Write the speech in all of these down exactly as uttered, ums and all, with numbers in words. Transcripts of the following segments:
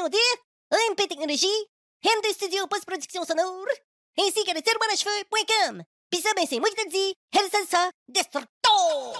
présentation de M P Technologies, M deux Studio Post-Production Sonore, ainsi que le tiroir à cheveux point com. Pis ça, ben c'est moi qui te le dis, El Salsa Destructo!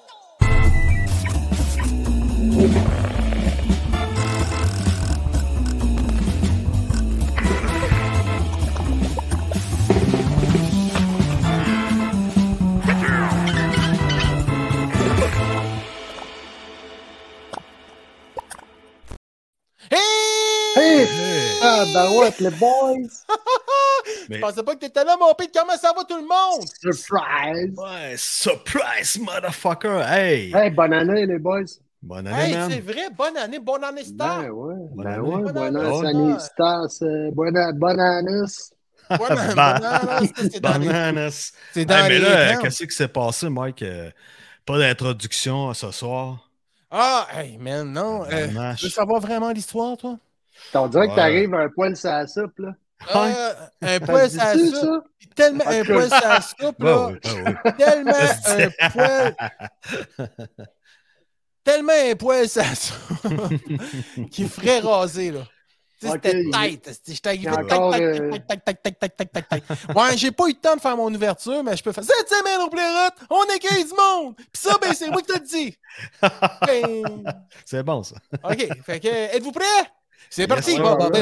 Hey! Ah, ben ouais, les boys! Mais... Je pensais pas que t'étais là, mon pire. Comment ça va tout le monde? Surprise! Ouais, surprise, motherfucker! Hey! Hey, bonne année, les boys! Bonne année, Hey, man! c'est vrai, bonne année, bonne année, Star! Ben ouais, Bonne ben année. ouais, Bonne bonne année, année, Star. Stas, bonne bonne année! Bonne année, Ba- bonne année, c'est dans les... Bananas! C'est dans Hey, mais les là, temps. qu'est-ce qui s'est passé, Mike? Euh, pas d'introduction ce soir. Ah, hey, man, non. Euh, Tabarnache. tu veux savoir vraiment l'histoire, toi? On dirait que Ouais. t'arrives à un poil sur la soupe, là. Euh, un Ça poil se sur la dit-tu, soupe. ça? Puis tellement En un tout cas, poil sur la soupe, Ben là. oui, ben oui. Tellement Ça un se dit. poil. Tellement un poil sur la soupe. Qui ferait raser, là. Tu sais, Ok, c'était il- tête. J'étais arrivé il y a tac, encore, tac, euh, tac, tac, tac, tac, tac, tac, tac, tac. Ouais, j'ai pas eu le temps de faire mon ouverture, mais je peux faire cette semaine au Playrot, on accueille du monde. Puis ça, ben, c'est moi qui te le dis. Ben, C'est bon, ça. OK, fait que, êtes-vous prêts? C'est Yes, parti! sir.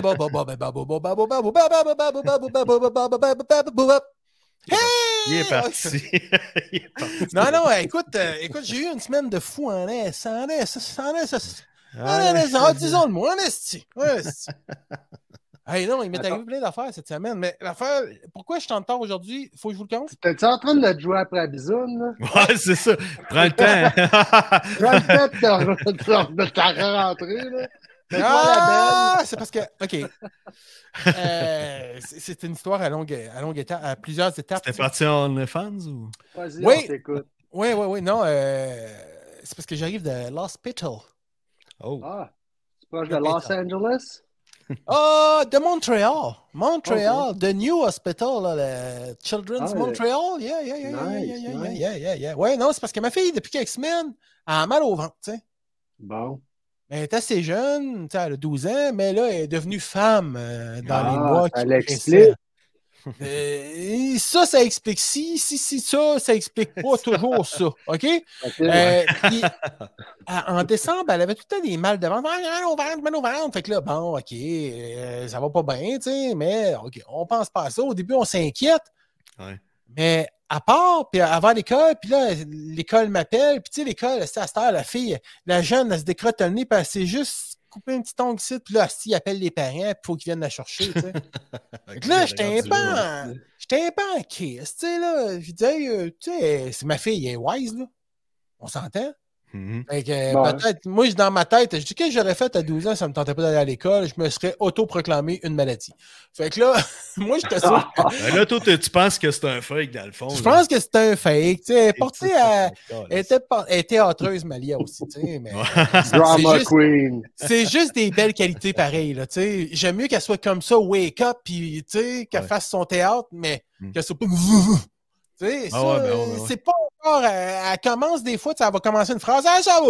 Il est parti. Il est parti. Non, non, écoute, euh, écoute, j'ai eu une semaine de fou en est, en est, en est, Ouais. en est, disons le mot, en est, en est. Hey, non, il m'est arrivé plein d'affaires cette semaine, mais l'affaire, pourquoi je suis en retard aujourd'hui? Faut que je vous le compte? T'es-tu en train de te jouer après la bisoune, là? Ouais, c'est ça. Prends le temps. Prends le temps de te- de ta rentrée, là. Fais-toi Ah, c'est parce que, OK. Euh, c'est c'est une histoire à longue, à longue étape, à plusieurs étapes. T'es parti en OnlyFans ou? la belle. Vas-y, Oui. on t'écoute. Oui, oui, oui, non, euh, c'est parce que j'arrive de l'hospital. Oh. Ah, c'est proche de Los Angeles? Ah, de Montréal. Montréal, the new hospital, là, le Children's Ah, Montreal. Yeah, yeah, yeah, yeah, nice, yeah, yeah, yeah, nice. yeah, yeah, yeah. Ouais, non, c'est parce que ma fille, depuis quelques semaines, elle a mal au ventre, tu sais. Bon. Elle est assez jeune, tu sais, elle a douze ans, mais là, elle est devenue femme euh, dans Ah, les mois ça qui l'explique. précèdent. Euh, ça, ça explique si, si, si, ça, ça explique pas toujours ça, OK? Ok, Euh, ouais. puis, à- en décembre, elle avait tout le temps des mal de ventre. Ah, mal au ventre, mal au ventre. Fait que là, bon, OK, euh, ça va pas bien, tu sais, mais OK, on pense pas à ça. Au début, on s'inquiète, Ouais. mais à part, puis avant l'école, puis là, l'école m'appelle, puis tu sais, l'école, c'est à cette heure, la fille, la jeune, elle se décrotte le nez, puis elle s'est juste couper un petit ongle ici, puis là, si, il appelle les parents, puis il faut qu'ils viennent la chercher, tu sais. Fait que là, j'étais un peu en... J'étais un peu en crise, tu sais, là. Je disais, hey, euh, tu sais, c'est ma fille, elle est wise, là. On s'entend? Mhm. Fait que, Ouais. peut-être, moi, dans ma tête, je dis, qu'est-ce que j'aurais fait à douze ans, ça me tentait pas d'aller à l'école, je me serais autoproclamé une maladie. Fait que là, moi, j'étais sûr que... Ben là, toi, tu tu penses que c'est un fake, dans le fond. Je là. pense que c'était un fake, tu sais. Elle est portée à... Ouais. Elle était, par- elle était théâtreuse, Malia aussi, tu sais, mais... Drama c'est juste- Queen. C'est juste des belles qualités pareilles, là, tu sais. J'aime mieux qu'elle soit comme ça, wake up, puis, tu sais, qu'elle Ouais. fasse son théâtre, mais Mm. qu'elle soit pas... Tu sais, Ah ça, ouais, ben ouais, ben ouais. c'est pas encore... Elle, elle commence des fois, tu sais, elle va commencer une phrase, ah, ça va...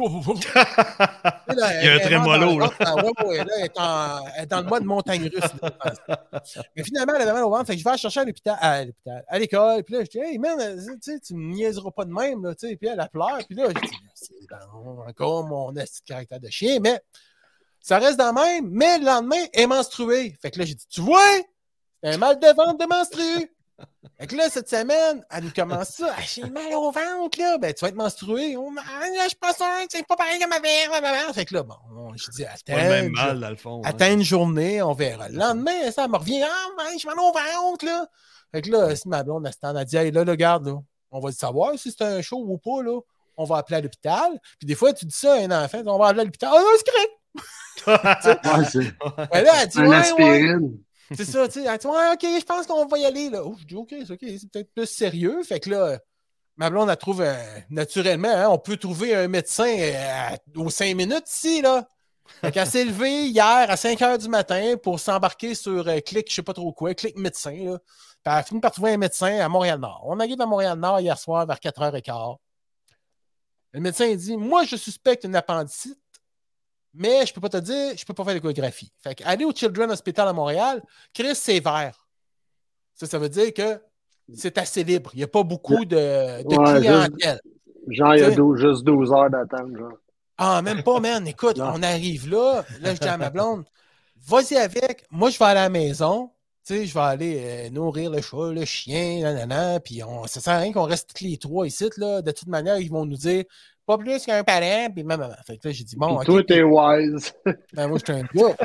Il y a un trémolo, là. Ah, ouais, ouais, là, elle est, en- elle est dans le mode montagne russe. Là. Mais finalement, elle avait mal au ventre, fait que je vais la chercher à l'hôpital, à l'hôpital, à l'école, puis là, je dis, hey, man, tu sais, tu me niaiseras pas de même, là, tu sais, puis elle, elle pleure, puis là, je dis, c'est bon, encore mon esti de caractère de chien, mais ça reste dans le même, mais le lendemain, elle est menstruée. Fait que là, j'ai dit, tu vois, c'est un mal de ventre de menstruer. Fait que là, cette semaine, elle nous commence ça. Ah, j'ai mal au ventre, là. Ben, tu vas être menstrué. Oh, man, là, je suis pas sûr, c'est pas pareil comme ma mère. Fait que là, bon, je dis, Pas le même attends. mal, dans le fond. hein. Attends une journée, on verra. Le lendemain, ça me revient. Ah, ben, j'ai mal au ventre, là. Fait que là, si ma blonde, elle a dit, hey, là, là, regarde, là, on va savoir si c'est un show ou pas, là. On va appeler à l'hôpital. Puis des fois, tu dis ça à un enfant, on va appeler à l'hôpital. Ah, non, c'est correct. Ouais, c'est Ben là, elle dit, un ouais, ouais. aspirine. C'est ça, tu sais. Elle dit, ouais, OK, je pense qu'on va y aller, là. Oh, je dis, OK, c'est OK, c'est peut-être plus sérieux. Fait que là, ma blonde, elle trouve, euh, naturellement, hein, on peut trouver un médecin euh, aux cinq minutes ici, là. Fait qu'elle s'est levée hier à cinq heures du matin pour s'embarquer sur euh, Click, je sais pas trop quoi, Click médecin, là. Puis elle a fini par trouver un médecin à Montréal-Nord. On arrive à Montréal-Nord hier soir vers quatre heures quinze. Le médecin, il dit, moi, je suspecte une appendicite. mais je peux pas te dire, je peux pas faire l'échographie. Fait qu'aller au Children's Hospital à Montréal, Chris, c'est vert. Ça, ça veut dire que c'est assez libre. Il n'y a pas beaucoup de, de Ouais, clientèle. Juste, genre, il y a T'sais. douze, juste douze heures d'attente, genre. Ah, même pas, man. Écoute, Non. on arrive là. Là, je dis à ma blonde, vas-y avec. Moi, je vais aller à la maison. Tu sais, je vais aller euh, nourrir le chat, le chien, nanana. Puis on, ça sert à rien qu'on reste tous les trois ici, là. De toute manière, ils vont nous dire pas plus qu'un parent. Puis même, fait que là, j'ai dit, bon, Puis ok. toi, puis- t'es wise. ben, moi, je suis un gars.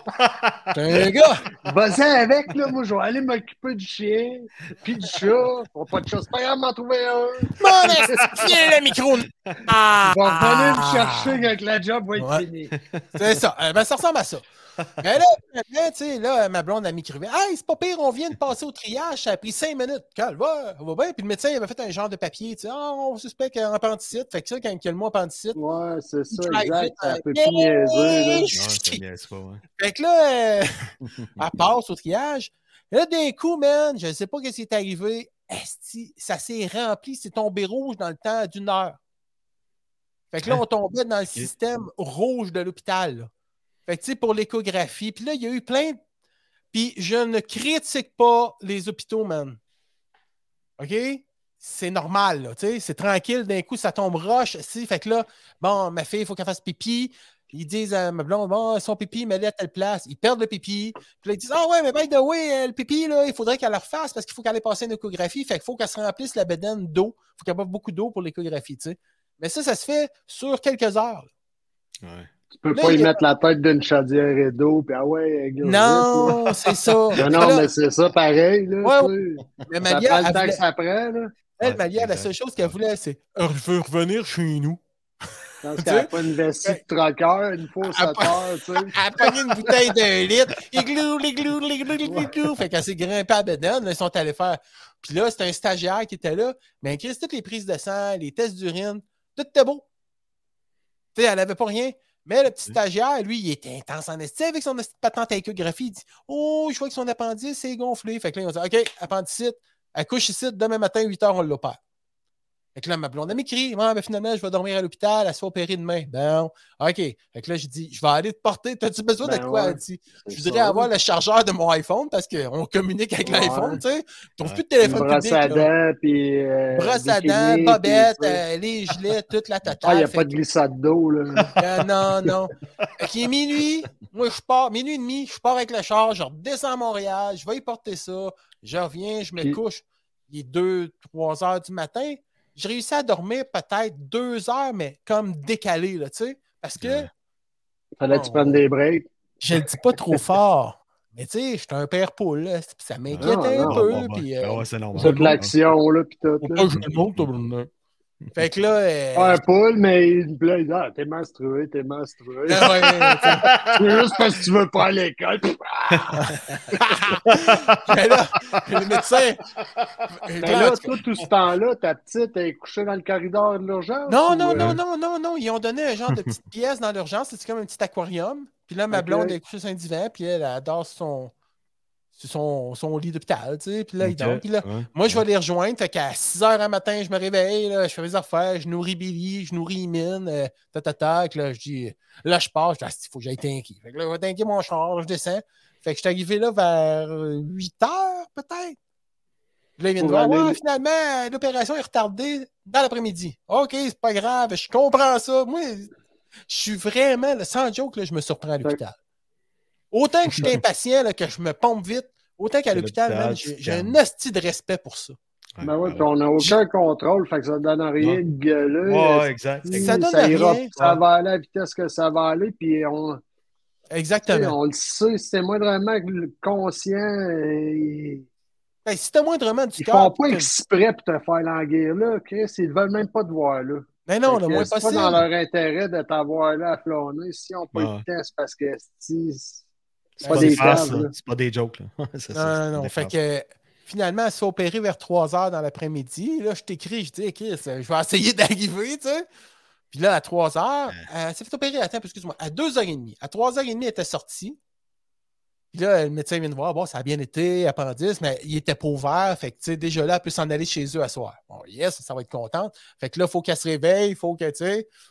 Je suis un gars. Vas-y avec, là. Moi, je vais aller m'occuper du chien, puis du chat. On n'a pas de chat. C'est pas grave, m'en trouver un. Mon esti, le micro. Ah! On va revenir me chercher quand la job va être Ouais. finie. C'est ça. Euh, Ben, ça ressemble à ça. Mais là, maintenant, tu sais, là, ma blonde, elle m'écrivait, hey, c'est pas pire, on vient de passer au triage, ça a pris cinq minutes. Calme, va, on va bien. Puis le médecin, il avait fait un genre de papier, tu sais, ah, on suspecte un appendicite. Fait que ça, quand il y a le mot appendicite, Ouais, c'est ça, il drive exact. vite, Ça euh, peut plus niaiser, là. Non, ça niaise pas, ouais. Fait que là, euh, elle passe au triage. Et là, d'un coup, man, je ne sais pas ce qui est arrivé. Esti, ça s'est rempli, c'est tombé rouge dans le temps d'une heure. Fait que là, Hein? on tombait dans le système rouge de l'hôpital, là. Fait que, tu sais, pour l'échographie. Puis là, il y a eu plein de... Puis je ne critique pas les hôpitaux, man. OK? C'est normal, là, tu sais. C'est tranquille. D'un coup, ça tombe roche. Si. Fait que là, bon, ma fille, il faut qu'elle fasse pipi. Ils disent à ma blonde, bon, son pipi, mets-le à telle place. Ils perdent le pipi. Puis là, ils disent, ah ouais, mais by the way, le pipi, là, il faudrait qu'elle le refasse parce qu'il faut qu'elle ait passé une échographie. Fait qu'il faut qu'elle se remplisse la bedaine d'eau. Il faut qu'elle boive beaucoup d'eau pour l'échographie, tu sais. Mais ça, ça se fait sur quelques heures. Ouais. Tu peux Là, pas y il y a- mettre la tête d'une chaudière et d'eau, puis ah ouais, gars, vite, Non, c'est ça. là. Non, non, Là, mais c'est ça pareil, là. Ouais, tu sais. mais Ça Malia, prend le elle temps voulait- que ça prend, là. elle, Ouais, Malia, la exact. seule chose qu'elle voulait, c'est euh, je veux revenir chez nous. Je pense Tu qu'elle n'a sais? pas une vessie de troqueur, une fausse Elle- hauteur, tu sais. Elle a pogné une bouteille d'un litre. Igloo, l'igloo, l'igloo, l'igloo, l'igloo. Fait qu'elle s'est grimpée à bedaine. Là, ils sont allés faire. Puis là, c'était un stagiaire qui était là. Mais Chris, toutes les prises de sang, les tests d'urine, tout était beau. Tu sais, elle n'avait pas rien. Mais le petit stagiaire, lui, il était intense en esti avec son esti de patente à échographie. Il dit oh, je vois que son appendice c'est gonflé. Fait que là, ils ont dit OK, appendicite, elle couche ici, demain matin, huit heures, on l'opère. Fait que là, ma blonde, elle m'écrit ouais, ben, finalement, je vais dormir à l'hôpital, elle se fait opérer demain. Ben, OK. Fait que là, je dis je vais aller te porter. T'as-tu besoin Ben de quoi? ouais, Elle dit je c'est voudrais ça, avoir là. le chargeur de mon iPhone parce qu'on communique avec Ouais. l'iPhone, tu sais. Tu trouves Ouais. plus de Une téléphone brosse public. à là. dents, puis. euh, Brosse à bikini, dents, puis, bobette, tu sais. euh, les gilets, toute la totale. Ah, il n'y a Fait pas de glissade d'eau, là. euh, non, non. Fait qu'il est minuit. Moi, je pars, minuit et demi, je pars avec le char, je redescends à Montréal, je vais y porter ça, je reviens, je me Puis- couche. Il est deux, trois heures du matin. J'ai réussi à dormir peut-être deux heures, mais comme décalé, là, tu sais. Parce que Ouais. Fallait que tu Oh. prennes des breaks. je le dis pas trop fort. Mais tu sais, je suis un père poule, là, puis ça m'inquiétait Non, un non, peu. Bon, bon, puis, ben, euh, ouais, c'est normal. Toute l'action, là, puis tout. faut Là. pas que je le montre, tabarnak. Fait que là. euh, Pas un poule, mais il me dit ah, t'es menstrué, t'es menstrué. ah ouais, tu sais. C'est juste parce que tu veux pas aller à l'école. Mais là, le médecin. Mais Là, là, en tout cas, toi, tout ce temps-là, ta petite est couchée dans le corridor de l'urgence? Non, ou, non, euh, non, non, non, non. Ils ont donné un genre de petite pièce dans l'urgence. C'est comme un petit aquarium. Puis là, ma Ok. blonde est couchée sur un divan. Puis elle, elle dort sur son, sur son, son lit d'hôpital. Tu sais. Puis là, il Ok, dort. Puis là, ouais, moi, je ouais. vais les rejoindre. Fait qu'à six heures du matin, je me réveille. Là, je fais mes affaires. Je nourris Billy. Je nourris Mine. Euh, ta, ta, ta, que là, je dis, là, je pars. Je dis, ah, il faut que j'aille tanker. Fait que là, je vais tanker mon char. Je descends. Fait que je suis arrivé là vers huit heures, peut-être. Puis là, il vient de Pour voir, aller- ouais, finalement, l'opération est retardée dans l'après-midi. OK, c'est pas grave, je comprends ça. Moi, je suis vraiment, là, sans joke, là, je me surprends à l'hôpital. Autant que je suis impatient, là, que je me pompe vite, autant qu'à À l'hôpital, l'hôpital, man, tu j'ai te j'ai un calmes. hostie de respect pour ça. Ben ouais, Ah puis on n'a aucun contrôle, fait que ça donne rien Ouais. de gueuler. Ouais, ouais, exact. Si Ça donne ira, rien. Ça Ouais. va aller à la vitesse que ça va aller, puis on, tu sais, Exactement. on le sait, c'est moindrement conscient. euh, Ben, si t'as moindrement du Ils cœur. font pas puis que- exprès pour te faire languir là, Chris. Ils veulent même pas te voir là. Mais non, Fait le que moins c'est possible. pas dans leur intérêt de t'avoir là à flâner. S'ils n'ont pas Ouais. eu de temps, c'est parce que si, C'est Ben, pas c'est des ça. farces, caves, là. là. C'est pas des jokes, là. C'est ça, Non, c'est non, non. des Fait farces. que finalement, elle se fait opérer vers trois heures dans l'après-midi. Là, je t'écris, je dis, Chris, je vais essayer d'arriver, tu sais. Puis là, à trois heures, elle s'est fait opérer, attends, excuse-moi, à deux heures trente. À trois heures trente, elle était sortie. Puis là, le médecin vient de voir, bon, ça a bien été, appendice, mais il était pas ouvert. Fait que, tu sais, déjà là, elle peut s'en aller chez eux à soir. Bon, yes, ça va être contente. Fait que là, il faut qu'elle se réveille, il faut que, tu sais.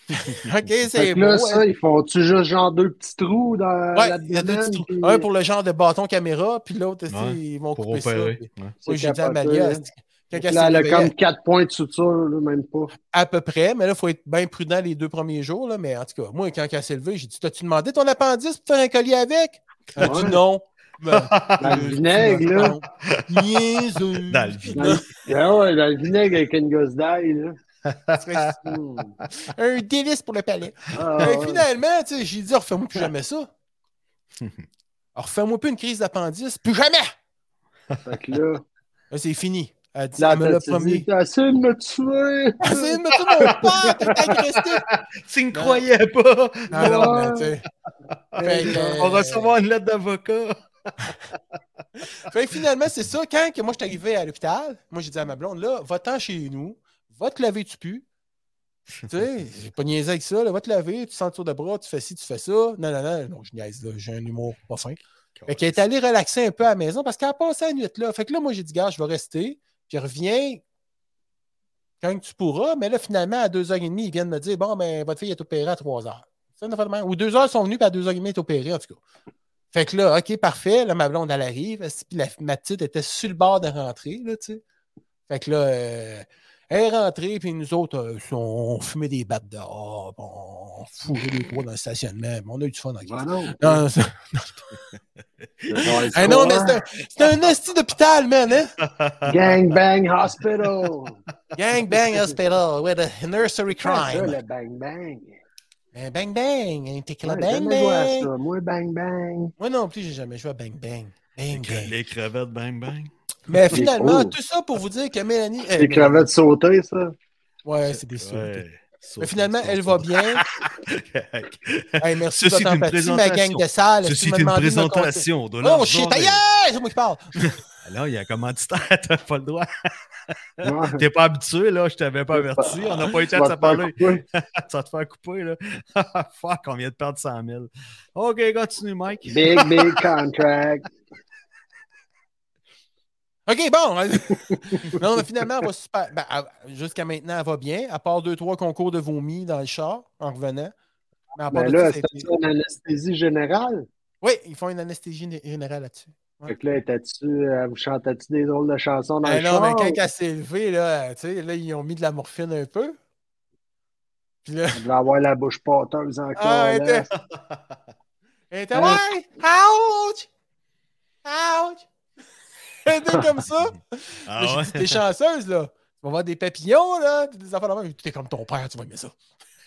OK, Fait c'est que là, beau. ça, ils font-tu juste genre deux petits trous dans Ouais, il y a deux l'abdomen? petits trous. puis- Un pour le genre de bâton caméra, puis l'autre aussi, Ouais, ils vont pour couper opérer. ça. Ouais. Oui, C'est j'ai dit à capoté, Malia, hein. c'est- quand Donc elle là, s'est elle a réveillée, comme quatre points de suture, là, même pas. à peu près, mais là, il faut être bien prudent les deux premiers jours. Là, mais en tout cas, moi, quand elle s'est levée, j'ai dit, t'as-tu demandé ton appendice pour faire un collier avec? Elle a dit Ouais. non. Ben, Dans le euh, vinaigre, là. Niaiseux. Dans le vinaigre. Ah ouais, dans le vinaigre avec une gosse d'ail, là. Non. Hmm. Un délice pour le palais. Ah, Et ouais. finalement, tu sais, j'ai dit, refais-moi plus jamais ça. Alors, refais-moi plus une crise d'appendice. Plus jamais! Fait que là, Là, c'est fini. Elle, dit, là, elle me l'a t'as promis. dit, t'as essayé de me tuer. Ah, c'est mais tu mon père, t'es agressif. Tu ne croyais pas! Non, non, mais Ouais. tu sais. Fait que, On va recevoir une lettre d'avocat! Fait que finalement, c'est ça. Quand que moi, je suis arrivé à l'hôpital, moi, j'ai dit à ma blonde, là, va-t'en chez nous, va te laver, tu pues. Tu sais, j'ai pas niaisé avec ça, là, va te laver, tu sens tour de bras, tu fais ci, tu fais ça. Non, non, non, non, je niaise, là, j'ai un humour pas fin. Fait qu'elle est allée relaxer un peu à la maison parce qu'elle a passé la nuit là. Fait que là, moi, j'ai dit, gars, je vais rester, puis reviens quand tu pourras. Mais là, finalement, à deux heures trente, ils viennent me dire, bon, ben, votre fille est opérée à trois heures. Ça, une fois de même. Ou deux heures sont venues, puis à deux heures trente, elle est opérée, en tout cas. Fait que là, OK, parfait. Là, ma blonde, elle arrive. Puis la, ma petite était sur le bord de rentrer, là, tu sais. Fait que là, euh, elle est rentrée, puis nous autres, euh, on, on fumait des battes dehors, puis on fourrait les trois dans le stationnement. Mais on a eu du fun en Ah Christ. non. Non, ça- Ouais, Ah non, mais c'est un, c'est un hostie d'hôpital, man, hein? Gang Bang Hospital. Gang bang hospital with a nursery C'est ça, crime. le Bang Bang. Un bang bang, un tequila Ouais, bang jamais joué à bang. ça. Moi, Bang Bang. Moi non plus, j'ai jamais joué à bang bang. Bang bang. Les crevettes, bang bang. Mais finalement, Oh. tout ça pour vous dire que Mélanie. euh, Les Mélanie- crevettes sautées, ça. Ouais, c'est des sautés. Ouais. Mais finalement, elle va bien. Hey, merci Ceci de est votre une empathie, ma gang présentation. de salles. Ceci est une présentation de Oh shit, aïe, aïe, c'est moi qui parle. Là, il y a un commanditaire, t'as pas le droit. Ouais. T'es pas habitué, là, je t'avais pas averti. On n'a pas eu le Tu temps vas de te se parler. faire couper. Ça va te faire couper, là. Fuck, on vient de perdre cent mille. OK, continue, Mike. Big, big contract. OK, bon. Non, mais finalement, elle va super. Ben, elle- jusqu'à maintenant, elle va bien, à part deux, trois concours de vomi dans le char en revenant. Mais à part Ben de ça, là, ça a c'était été- ça, une anesthésie générale. Oui, ils font une anesthésie gé- générale là-dessus. Ouais. Fait que là, étais-tu, euh, vous chantais-tu des drôles de chansons dans Ah le non, mais char? quand elle s'est levée, là, tu sais, là, ils ont mis de la morphine un peu. Puis là, Elle devait avoir la bouche pâteuse encore. ah, elle là. était. Elle était, Hein? ouais, ouch! Ouch! Elle était comme ça. Ah Là, j'ai ouais? dit, t'es chanceuse, là. Tu vas voir des papillons, là, puis des affaires de même. T'es comme ton père, tu vas aimer ça.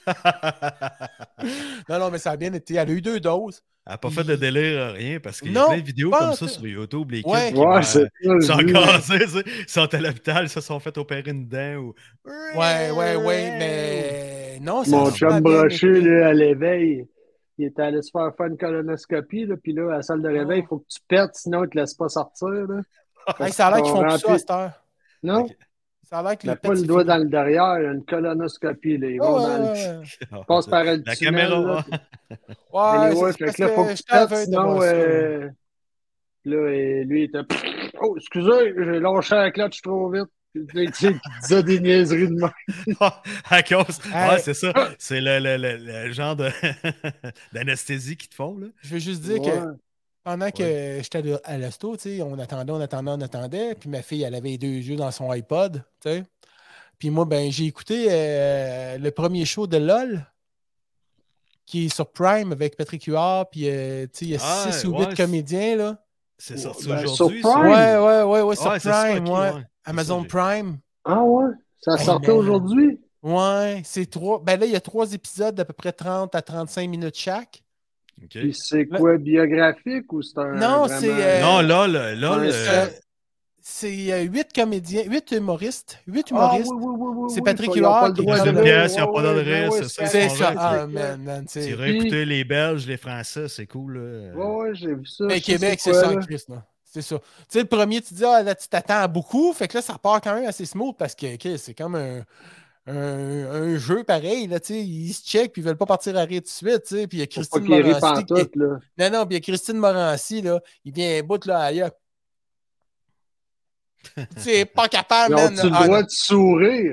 Non, non, mais ça a bien été. Elle a eu deux doses. Elle n'a pas fait de délire, rien, parce qu'il y a Non, plein de vidéos pas comme en ça tout. sur YouTube. Les Ouais. kids qui Ouais, vont, c'est euh, ça. sont je dis. gazés, tu sais, ils sont à l'hôpital, ils se sont fait opérer une dent. Ou... Ouais, ouais, ouais, mais non, ça Mon a super chum bien broché, été. là, à l'éveil, il était allé se faire faire une colonoscopie, là, puis là, à la salle de réveil, il faut que tu perdes, sinon il te laisse pas sortir. Là. Hey, ça a l'air qu'ils font plus ça à Rempli- cette heure. Non? Ok. Ça a l'air que Mais les pas pets, le c'est doigt fini. dans le derrière, il y a une colonoscopie. Là. Ils Ouais, vont ouais, dans le... ouais, ouais. Ils passent par le La tunnel. caméra. Là. hein. Ouais, Anyway, c'est fait parce que là, faut que que tu je t'avais perdes, de sinon, voir ça. euh... là, et lui, il était... Oh, excusez, j'ai lâché la clutch trop vite. Puis, tu sais, il disait des niaiseries de même. À cause. Hey. Ouais, c'est ça. C'est le, le, le, le genre de d'anesthésie qu'ils te font, là. Je veux juste dire Ouais. que pendant que j'étais à l- à l'hosto, tu sais, on attendait, on attendait, on attendait. Puis ma fille, elle avait les deux yeux dans son iPod, tu sais. Puis moi, ben, j'ai écouté euh, le premier show de LOL qui est sur Prime avec Patrick Huard. Puis, euh, tu sais, il y a Ah, six ou ouais, huit comédiens, là. C'est sorti Ben, aujourd'hui. sur ça. Prime. Ouais, ouais, ouais, ouais, sur Ouais, c'est ça, Prime, ok, ouais. ouais. C'est Amazon ça, j'ai- Prime. Ah ouais? Ça Hey, sortait man. aujourd'hui? Ouais, c'est trois. Ben là, il y a trois épisodes d'à peu près trente à trente-cinq minutes chaque. Ok. Puis c'est quoi, biographique ou c'est un. Non, vraiment- c'est, euh, Non, là, là, là, Ouais, le- c'est- Euh, c'est euh, huit comédiens, huit humoristes. Huit Ah, humoristes. oui, oui, oui, oui, C'est oui, Patrick ils ont pas Huard le qui droit Ils de ont une donne- rire. pièce, ils n'ont pas Ouais, le droit de ouais, rire, ouais, c'est ça. C'est ils sont ça. vrais. Ah, man, man, Tu c'est. irais écouter les Belges, les Français, c'est cool. Là. Ouais, ouais, j'ai vu ça. Mais je sais Québec, c'est quoi, ça en là. Christ, là. C'est ça. Tu sais, le premier, tu dis, ah, là, tu t'attends à beaucoup. Fait que là, ça part quand même assez smooth parce que, OK, c'est comme un, un, un jeu pareil, là, tu sais. Ils se checkent puis ils veulent pas partir à rire tout de suite, tu sais. Puis il y a Faut pas Christine qu'il rit Morancy. pantoute, qui- là. Non, non, puis il y a Christine Morancy, là. Il vient un bout, là, ailleurs. Tu sais, pas capable, Ils man. ont-tu le Ah, droit non. de sourire?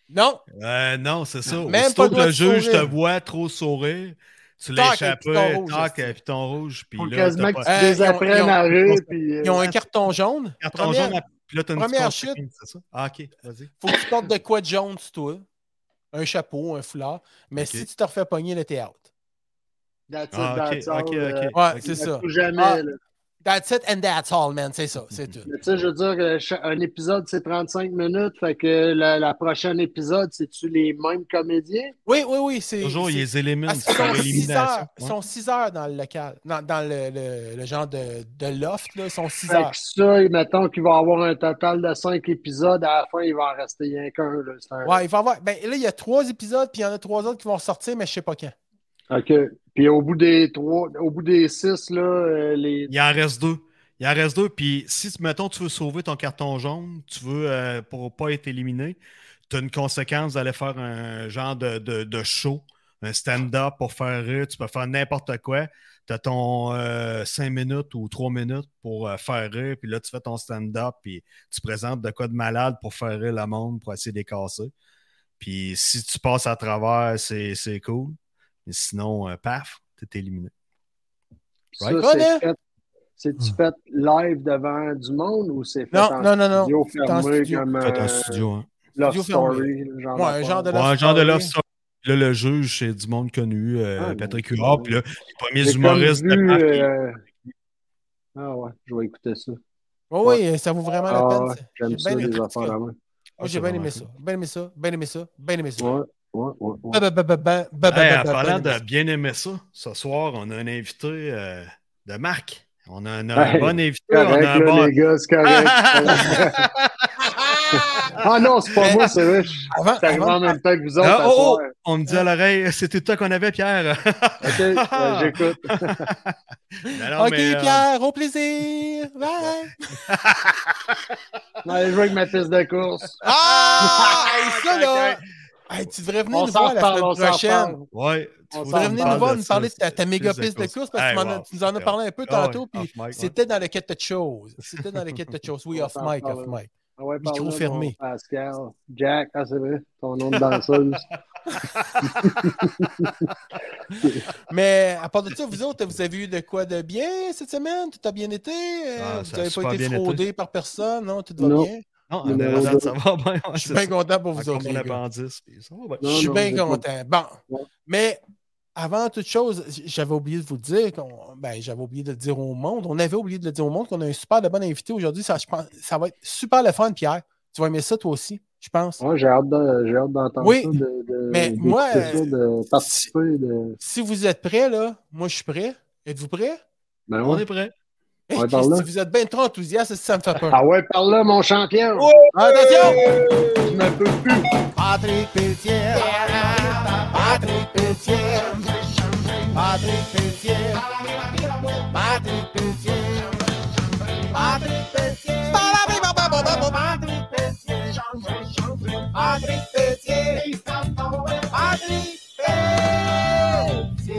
Non. Euh, non, c'est ça. Même Aussitôt pas le que droit le de juge te sourire. voit trop sourire, tu Tac, l'échappes, un piton rouge, tac, c'est- un piton rouge, puis Faut là, quasiment t'as que pas tu Euh, ils ont- désapprennes ils ont- à rire. Puis, Ils ont euh, un carton jaune. carton Première, jaune, puis là, t'as une première petite chute. conséquence, c'est ça? Ah, OK, vas-y. faut que tu portes de quoi de jaune sur toi. Un chapeau, un foulard. Mais Ok. si tu te refais pogner, là, t'es out. that's it, Ah, OK, that's all, OK, euh, OK. Ouais, OK. c'est ça. tout jamais. Ah. là. That's it and that's all, man. C'est ça, c'est tout. Mais tu sais, je veux dire, que cha- un épisode, c'est trente-cinq minutes. Fait que la, la prochaine épisode, c'est-tu les mêmes comédiens? Oui, oui, oui. C'est, Toujours, c'est- ils les éliminent parce qu'ils par sont six élimination. heures. Ils sont six heures dans le local. Dans, dans le, le, le genre de, de loft, là. Ils sont six Fait heures. que ça, mettons qu'il va avoir un total de cinq épisodes. À la fin, il va en rester rien qu'un. Là. C'est un- Ouais, il va y avoir. Ben, là, il y a trois épisodes, puis il y en a trois autres qui vont sortir, mais je sais pas quand. OK. Puis au bout des trois, au bout des six, là, euh, les. Il en reste deux. Il en reste deux. Puis si, mettons, tu veux sauver ton carton jaune, tu veux, euh, pour pas être éliminé, tu as une conséquence d'aller faire un genre de, de, de show, un stand-up pour faire rire. Tu peux faire n'importe quoi. Tu as ton euh, cinq minutes ou trois minutes pour euh, faire rire. Puis là, tu fais ton stand-up. Puis tu présentes de quoi de malade pour faire rire le monde, pour essayer de les casser. Puis si tu passes à travers, c'est, c'est cool. Mais sinon, euh, paf, t'es éliminé. Ça, Right? c'est Bonne, fait. C'est-tu Hmm. fait live devant du monde ou c'est fait Non, en non, non, non. studio C'est en fermé studio. comme Fait un un studio, hein. Love Studio Story? Genre Ouais, un genre de Ouais, love un genre de story. love story. Là, le juge, c'est du monde connu, euh, Ah, Patrick bon. Huard. Puis là, les premiers J'ai comme humoristes de vu, marque. euh, Ah ouais, je vais écouter ça. Oui, oui, ça vaut vraiment la Ah peine. ouais, J'ai j'aime bien ça, aimé les ça. affaires là-bas. Moi, j'ai c'est bien vraiment aimé cool. ça. Bien aimé ça. Bien aimé ça. Bien aimé ça. Ouais, ouais, ouais. ouais. Ba, ba, ba, ba, ba, ba, ba, Hey, ba, en ba, parlant ba, de bien aimer ça, ce soir, on a un invité euh, de marque. On a un, un Hey, bon invité. Correct, on a un là, bon... les gars, c'est correct. Ah non, c'est pas moi, c'est vrai. Je suis Avant- arrivé avant- en même temps que vous autres. Ah, à oh, oh, soir. on me dit à l'oreille, c'est tout le temps qu'on avait, Pierre. OK, euh, j'écoute. Non, non, OK, mais, euh, Pierre, au plaisir. Bye. On allait jouer avec ma piste de course. Ah! Hey, ça, là! ok. Hey, tu devrais venir On nous s'en voir la reparle, semaine on s'en prochaine. reparle. Ouais, On tu s'en Tu vois, devrais on venir parle nous voir, de nous ça, parler de ta, ta c'est- méga c'est piste de course. course parce que Hey, tu, m'en as- wow, tu nous en as super. parlé un peu Ah ouais, tantôt, puis off mic, ouais. c'était dans le quête de choses. C'était dans le quête de choses. Oui, On off s'en mic, reparle. off mic. Ah ouais, Micro parle-là, fermé. mon Pascal. Jack, ah c'est vrai, ton nom de danseuse. Mais à part de ça, vous autres, vous avez eu de quoi de bien cette semaine? Tout a bien été? Euh, Ah, vous ça a n'avez super pas été bien fraudé été. par personne? Non, tout va Non. bien? Non, Numéro à date, deux. ça va bien. Ouais, Je suis c'est bien ça. content pour vous Encore autres, mon les gars. appendice, puis ça va bien. Je Non, suis non, bien j'ai pas- content. Bon, Ouais. mais avant toute chose, j'avais oublié de vous le dire, qu'on- ben, j'avais oublié de le dire au monde, on avait oublié de le dire au monde qu'on a un super de bon invité aujourd'hui. Ça, je pense, ça va être super le fun, Pierre. Tu vas aimer ça toi aussi, je pense. Ouais, j'ai hâte de- j'ai hâte d'entendre Oui, ça, de, de, mais d'écouter moi, ça, de participer. De... Si vous êtes prêts, là, moi je suis prêt. Êtes-vous prêts? Ben On ouais. est prêt. Hey, Ouais, par là. si vous êtes bien trop enthousiaste, ça me fait peur. Ah ouais, par là, mon champion! Attention! Je ne peux plus! Patrick Pelletier, Patrick Pelletier, Patrick Pelletier, Patrick Pelletier, Patrick Pelletier, Patrick Pelletier, Patrick Pelletier, Patrick Pelletier.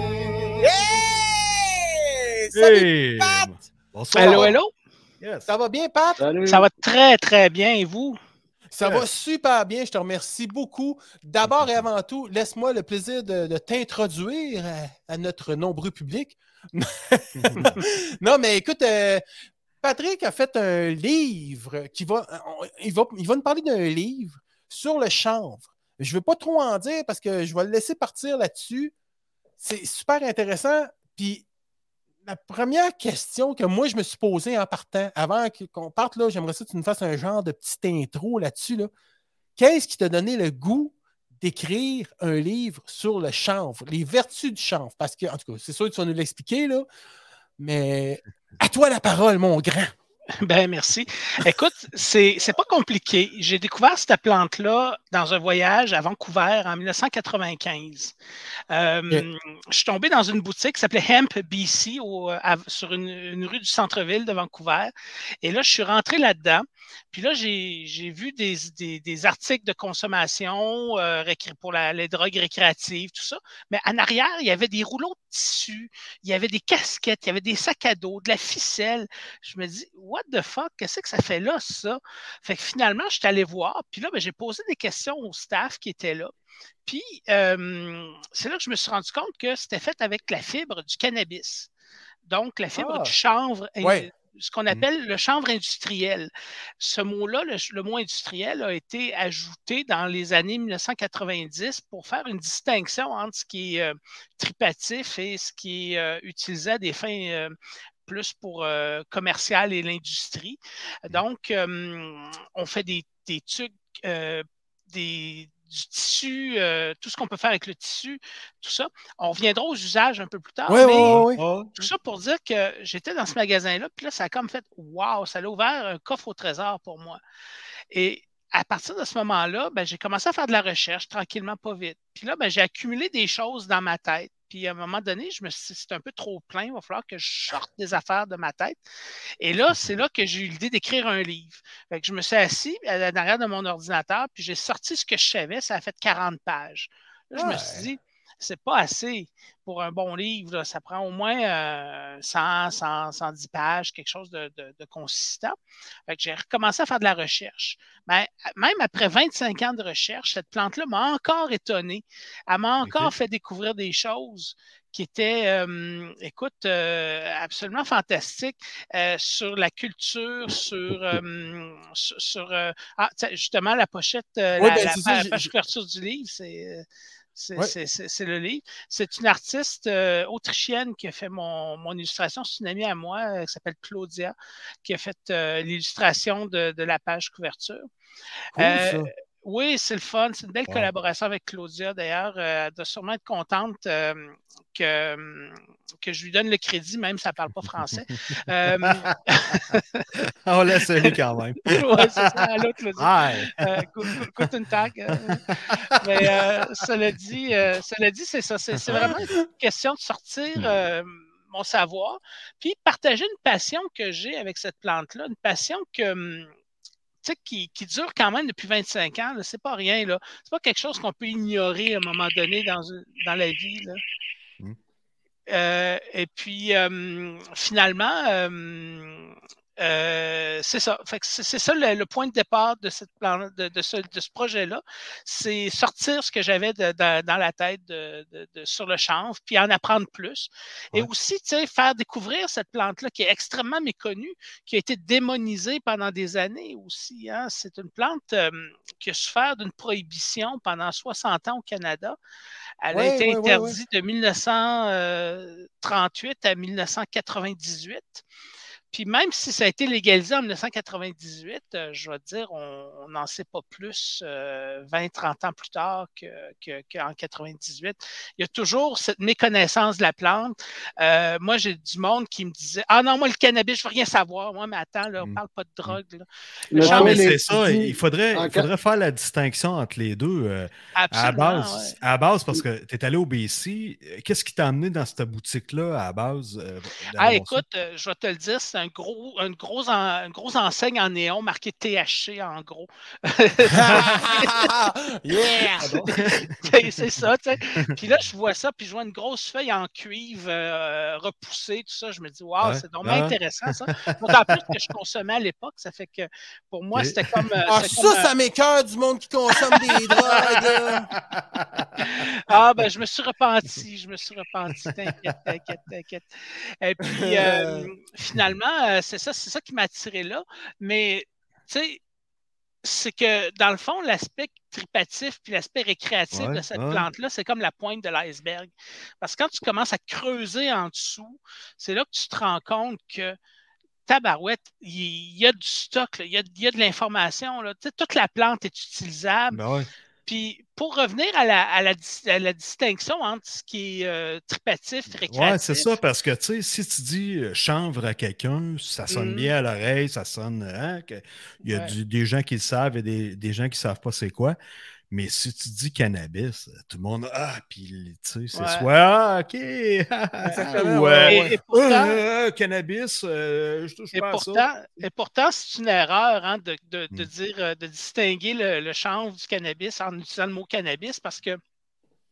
Hey! Salut, Hey! Pat! Bonsoir. Hello, hello. Yes. Ça va bien, Pat? Salut! Ça va très, très bien. Et vous? Ça Ouais. va super bien, je te remercie beaucoup. D'abord et avant tout, laisse-moi le plaisir de, de t'introduire à, à notre nombreux public. Non, mais écoute, euh, Patrick a fait un livre qui va, on- il va, il va nous parler d'un livre sur le chanvre. Je ne veux pas trop en dire parce que je vais le laisser partir là-dessus. C'est super intéressant. Puis la première question que moi, je me suis posée en partant, avant que- qu'on parte, là, j'aimerais ça que tu nous fasses un genre de petite intro là-dessus. Là. Qu'est-ce qui t'a donné le goût d'écrire un livre sur le chanvre, les vertus du chanvre? Parce que, en tout cas, c'est sûr que tu vas nous l'expliquer, là, mais à toi la parole, mon grand. Ben, merci. Écoute, c'est, c'est pas compliqué. J'ai découvert cette plante-là dans un voyage à Vancouver en dix-neuf cent quatre-vingt-quinze. Euh, Ok. Je suis tombé dans une boutique qui s'appelait Hemp B C au, à- sur une, une rue du centre-ville de Vancouver. Et là, je suis rentré là-dedans. Puis là, j'ai, j'ai vu des, des, des articles de consommation euh, récré- pour la- les drogues récréatives, tout ça. Mais en arrière, il y avait des rouleaux de tissus, il y avait des casquettes, il y avait des sacs à dos, de la ficelle. Je me dis, what the fuck, qu'est-ce que ça fait là, ça? Fait que finalement, je suis allé voir, puis là, ben, j'ai posé des questions au staff qui était là. Puis, euh, c'est là que je me suis rendu compte que c'était fait avec la fibre du cannabis. Donc, la fibre Ah. du chanvre, Ouais. ce qu'on appelle le chanvre industriel. Ce mot-là, le, le mot industriel, a été ajouté dans les années mille neuf cent quatre-vingt-dix pour faire une distinction entre ce qui est euh, tripatif et ce qui est euh, utilisé à des fins euh, plus pour euh, commercial et l'industrie. Donc, euh, on fait des, des trucs, euh, des du tissu, euh, tout ce qu'on peut faire avec le tissu, tout ça. On reviendra aux usages un peu plus tard, Ouais, mais ouais, ouais. tout ça pour dire que j'étais dans ce magasin-là, puis là, ça a comme fait « wow », ça a ouvert un coffre au trésor pour moi. Et à partir de ce moment-là, ben, j'ai commencé à faire de la recherche tranquillement, pas vite. Puis là, ben, j'ai accumulé des choses dans ma tête. Puis à un moment donné, je me suis dit, c'est un peu trop plein, il va falloir que je sorte des affaires de ma tête. Et là, c'est là que j'ai eu l'idée d'écrire un livre. Fait que je me suis assis à l'arrière de mon ordinateur, puis j'ai sorti ce que je savais, ça a fait quarante pages. Là, je Ouais. me suis dit, c'est pas assez pour un bon livre. Là. Ça prend au moins euh, cent, cent, cent dix pages, quelque chose de, de, de consistant. Fait que j'ai recommencé à faire de la recherche. Mais même après vingt-cinq ans de recherche, cette plante-là m'a encore étonné. Elle m'a encore Ok. fait découvrir des choses qui étaient, euh, écoute, euh, absolument fantastiques euh, sur la culture, sur, euh, sur, sur euh, ah, justement, la pochette, euh, Oui, la, ben, la, c'est ça, la j'ai- page j'ai- couverture du livre, c'est... C'est Ouais. c'est- c'est- c'est le livre. C'est une artiste euh, autrichienne qui a fait mon, mon illustration. C'est une amie à moi euh, qui s'appelle Claudia, qui a fait euh, l'illustration de, de la page couverture. Cool, Euh, ça. oui, c'est le fun. C'est une belle Wow. collaboration avec Claudia, d'ailleurs. Euh, elle doit sûrement être contente euh, que, que je lui donne le crédit, même si elle ne parle pas français. Euh, On la salue quand même. oui, c'est ça. Allô, Claudia. Hi. Euh, gu- gu- Guten Tag. euh. Mais euh, cela dit, euh, cela dit, c'est ça. C'est c'est vraiment une question de sortir euh, mon savoir, puis partager une passion que j'ai avec cette plante-là, une passion que, hum, tu sais, qui, qui dure quand même depuis vingt-cinq ans. Là. C'est pas rien. Là. C'est pas quelque chose qu'on peut ignorer à un moment donné dans, une- dans la vie. Là. Mm. Euh, et puis, euh, finalement, euh, euh, c'est ça. Fait que c'est c'est ça le, le point de départ de, cette plan, de, de ce, de ce projet-là. C'est sortir ce que j'avais de- de- dans la tête de, de- de- sur le chanvre, puis en apprendre plus. Et Ouais. aussi, tu sais, faire découvrir cette plante-là qui est extrêmement méconnue, qui a été démonisée pendant des années aussi. Hein. C'est une plante euh, qui a souffert d'une prohibition pendant soixante ans au Canada. Elle a Ouais, été ouais, ouais, ouais. interdite de mille neuf cent trente-huit à mille neuf cent quatre-vingt-dix-huit. Puis même si ça a été légalisé en mille neuf cent quatre-vingt-dix-huit, euh, je vais te dire, on n'en sait pas plus euh, vingt, trente ans plus tard que, que, qu'en quatre-vingt-dix-huit. Il y a toujours cette méconnaissance de la plante. Euh, moi, j'ai du monde qui me disait « Ah non, moi, le cannabis, je veux rien savoir. Moi, mais attends, là, on Mm. parle pas de drogue. Là. » Mais Le Ouais, toi, chanvre, mais les- c'est ça. tu dis- Il faudrait, en il faudrait faire la distinction entre les deux. euh, à la absolument, base, ouais. à la base, parce que tu es allé au B C, euh, qu'est-ce qui t'a amené dans cette boutique-là à la base? euh, Ah, d'aller voir ça? écoute, euh, je vais te le dire, c'est un gros, une, grosse en- une grosse enseigne en néon marquée T H C en gros. Yeah! C'est c'est ça, tu sais. Puis là, je vois ça, puis je vois une grosse feuille en cuivre euh, repoussée, tout ça. Je me dis, waouh, Ouais. c'est donc Ah. intéressant, ça. Donc, en plus que je consommais à l'époque, ça fait que pour moi, Ok. c'était comme. euh, Ah, c'était ça, comme, euh, ça m'écoeure du monde qui consomme des drogues, là. Ah, ben, je me suis repenti, je me suis repenti, t'inquiète, t'inquiète, t'inquiète. Et puis, euh, finalement, euh, c'est ça, c'est ça qui m'a attiré là. Mais, tu sais, c'est que, dans le fond, l'aspect tripatif puis l'aspect récréatif Ouais, de cette ouais. plante-là, c'est comme la pointe de l'iceberg. Parce que quand tu commences à creuser en dessous, c'est là que tu te rends compte que tabarouette, il y a du stock, là, il y a, il y a de l'information. Là. Tu sais, toute la plante est utilisable. Ben ouais. Puis pour revenir à la, à la, dis- à la distinction entre ce qui est euh, tripatif et récréatif. Ouais, c'est ça, parce que tu sais, si tu dis euh, chanvre à quelqu'un, ça sonne Mhm. bien à l'oreille, ça sonne. Hein, que- il y a Ouais. du- des gens qui le savent et des, des gens qui ne savent pas c'est quoi. Mais si tu dis cannabis, tout le monde, ah, puis tu sais, c'est Ouais. soit, ah, ok, Exactement, ou, ouais, euh, Et, et pourtant, euh, cannabis, euh, je touche et pas à ça. pourtant, et pourtant, c'est une erreur hein, de, de, de Mm. dire, euh, de distinguer le, le chanvre du cannabis en utilisant le mot cannabis parce que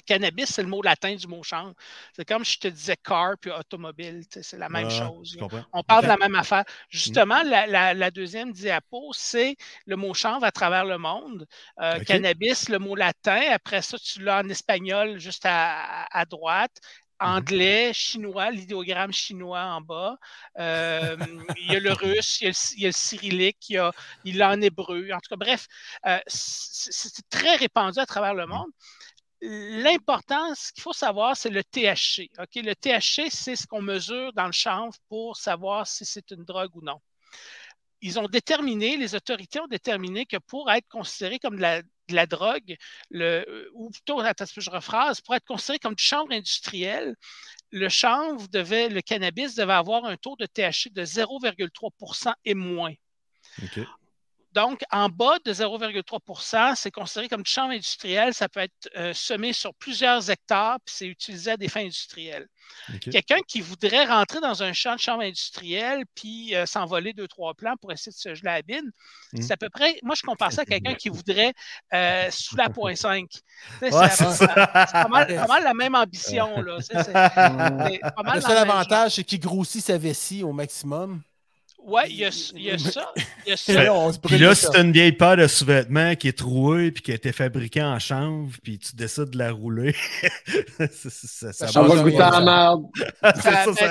cannabis, c'est le mot latin du mot chanvre. C'est comme si je te disais car puis automobile. C'est la même Ah, chose. je comprends. On parle Okay. de la même affaire. Justement, mm. la, la, la deuxième diapo, c'est le mot chanvre à travers le monde. Euh, okay. Cannabis, le mot latin. Après ça, tu l'as en espagnol juste à, à droite. Anglais, chinois, l'idéogramme chinois en bas. Euh, il y a le russe, il y a le, il y a le cyrillique, il y a, il a en hébreu. En tout cas, bref, euh, c'est très répandu à travers le monde. L'important, ce qu'il faut savoir, c'est le T H C. Okay? Le T H C, c'est ce qu'on mesure dans le chanvre pour savoir si c'est une drogue ou non. Ils ont déterminé, les autorités ont déterminé que pour être considéré comme de la, de la drogue, le, ou plutôt, attends, je rephrase, pour être considéré comme du chanvre industriel, le chanvre devait, le cannabis devait avoir un taux de T H C de zéro virgule trois pour cent et moins. OK. Donc, en bas de zéro virgule trois pour cent, c'est considéré comme du chanvre industriel. Ça peut être euh, semé sur plusieurs hectares, puis c'est utilisé à des fins industrielles. Okay. Quelqu'un qui voudrait rentrer dans un champ de chanvre industriel puis euh, s'envoler deux, trois plants pour essayer de se geler la bine, mmh. c'est à peu près, moi je compare ça à quelqu'un qui voudrait euh, sous la point cinq. Ouais, c'est c'est pas mal, pas mal la même ambition. Là. C'est, c'est, c'est pas mal le seul avantage, c'est qu'il grossit sa vessie au maximum. Oui, il y a, il y a ça. Il y a ça. Fait, puis là, si tu as une vieille paire de sous-vêtements qui est trouée puis qui a été fabriquée en chanvre puis tu décides de la rouler, ça, ça, ça, ça va goûter à la merde. Ça, ça,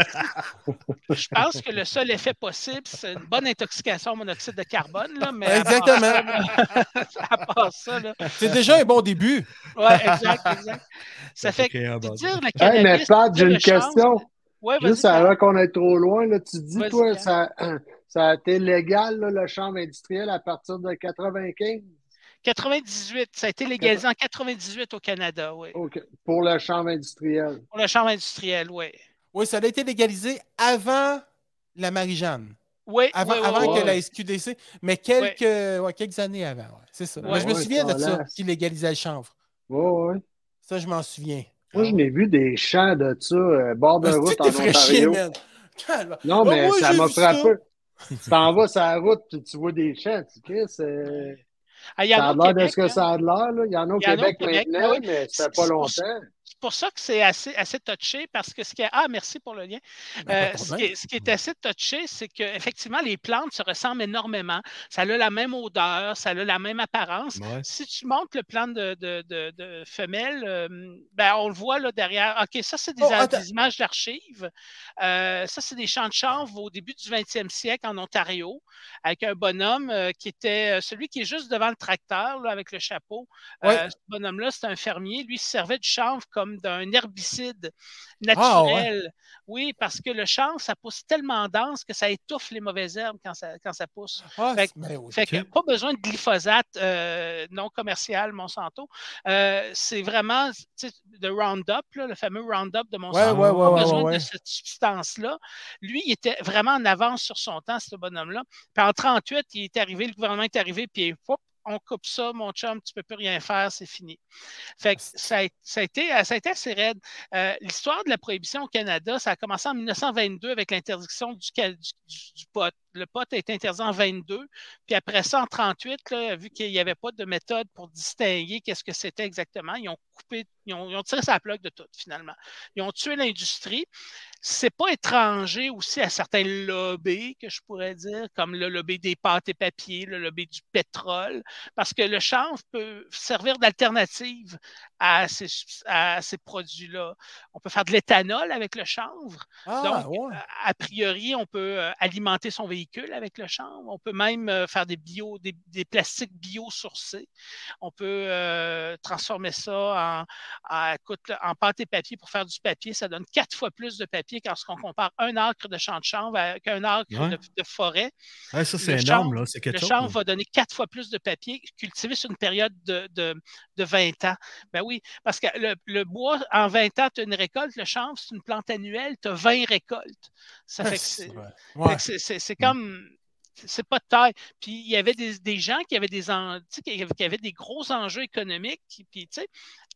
je pense que le seul effet possible, c'est une bonne intoxication au monoxyde de carbone. Là, mais exactement. À part ça, là, c'est déjà un bon début. Oui, exact, exact. Ça fait que de dire le cannabis... Hey, mais Pat, j'ai une question. Ouais, juste avant qu'on aille trop loin, là, tu dis, toi, Pierre. ça, ça a été légal, là, le chanvre industriel, à partir de quatre-vingt-quinze? quatre-vingt-dix-huit. Ça a été légalisé en quatre-vingt-dix-huit au Canada, oui. Okay. Pour le chanvre industriel. Pour le chanvre industriel, oui. Oui, ça a été légalisé avant la Marie-Jeanne. Oui, Avant, oui, avant oui, que oui. la S Q D C, mais quelques, oui. ouais, quelques années avant. Ouais, c'est ça. Ouais, Moi, je me ouais, souviens de ça, laisse. qui légalisait le chanvre. Oui, oui. Ça, je m'en souviens. Moi, ah, je n'ai vu des champs de ça, euh, bord de route en Ontario. Calme. Non, mais oh, ça m'a frappé. Ça. Tu t'en vas sur la route et tu vois des champs. Tu sais, c'est... Ah, ça a l'air de ce que hein? ça a l'air. Là. Il y en a au Québec, au Québec maintenant, oui. mais ça fait pas longtemps. C'est pour ça que c'est assez, assez touché parce que ce qui est... Ah, merci pour le lien. Euh, ce, qui est, ce qui est assez touché, c'est qu'effectivement, les plantes se ressemblent énormément. Ça a la même odeur, ça a la même apparence. Ouais. Si tu montes le plan de, de, de, de femelle, euh, ben, on le voit là derrière. OK, ça, c'est des, oh, des images d'archives. Euh, ça, c'est des champs de chanvre au début du vingtième siècle en Ontario, avec un bonhomme euh, qui était celui qui est juste devant le tracteur là, avec le chapeau. Ouais. Euh, ce bonhomme-là, c'est un fermier. Lui, il se servait du chanvre comme d'un herbicide naturel. Ah, ouais. Oui, parce que le chanvre, ça pousse tellement dense que ça étouffe les mauvaises herbes quand ça, quand ça pousse. Ah, fait oui, fait que pas besoin de glyphosate euh, non commercial Monsanto. Euh, c'est vraiment le Roundup, là, le fameux Roundup de Monsanto. Ouais, ouais, ouais, pas besoin ouais, ouais. de cette substance-là. Lui, il était vraiment en avance sur son temps, ce bonhomme-là. Puis en trente-huit, il est arrivé, le gouvernement est arrivé, puis hop, on coupe ça, mon chum, tu ne peux plus rien faire, c'est fini. Fait que ça a, ça a, été, ça a été assez raide. Euh, l'histoire de la prohibition au Canada, ça a commencé en mille neuf cent vingt-deux avec l'interdiction du, du, du pot. Le pot a été interdit en vingt-deux, puis après ça, en trente-huit, là, vu qu'il n'y avait pas de méthode pour distinguer qu'est-ce que c'était exactement, ils ont coupé, ils ont, ils ont tiré sa plug de tout, finalement. Ils ont tué l'industrie. C'est pas étranger aussi à certains lobbies, que je pourrais dire, comme le lobby des pâtes et papiers, le lobby du pétrole, parce que le chanvre peut servir d'alternative à ces, à ces produits-là. On peut faire de l'éthanol avec le chanvre. Ah, donc, ouais. a priori, on peut alimenter son véhicule avec le chanvre. On peut même faire des, bio, des, des plastiques biosourcés. On peut euh, transformer ça en, en, écoute, en pâte et papier pour faire du papier. Ça donne quatre fois plus de papier quand on compare un acre de champ de chanvre avec un acre ouais. de, de forêt. Ouais, ça, c'est énorme. Là. C'est quelque le chose, chanvre là. va donner quatre fois plus de papier cultivé sur une période de, de, de vingt ans. Ben oui, parce que le, le bois, en vingt ans, tu as une récolte. Le chanvre, c'est une plante annuelle. Tu as vingt récoltes. Ça fait que c'est, ouais. c'est, c'est, c'est comme... C'est pas de taille. Puis il y avait des, des gens qui avaient des, en, qui avaient, qui avaient des gros enjeux économiques. Puis, tu sais,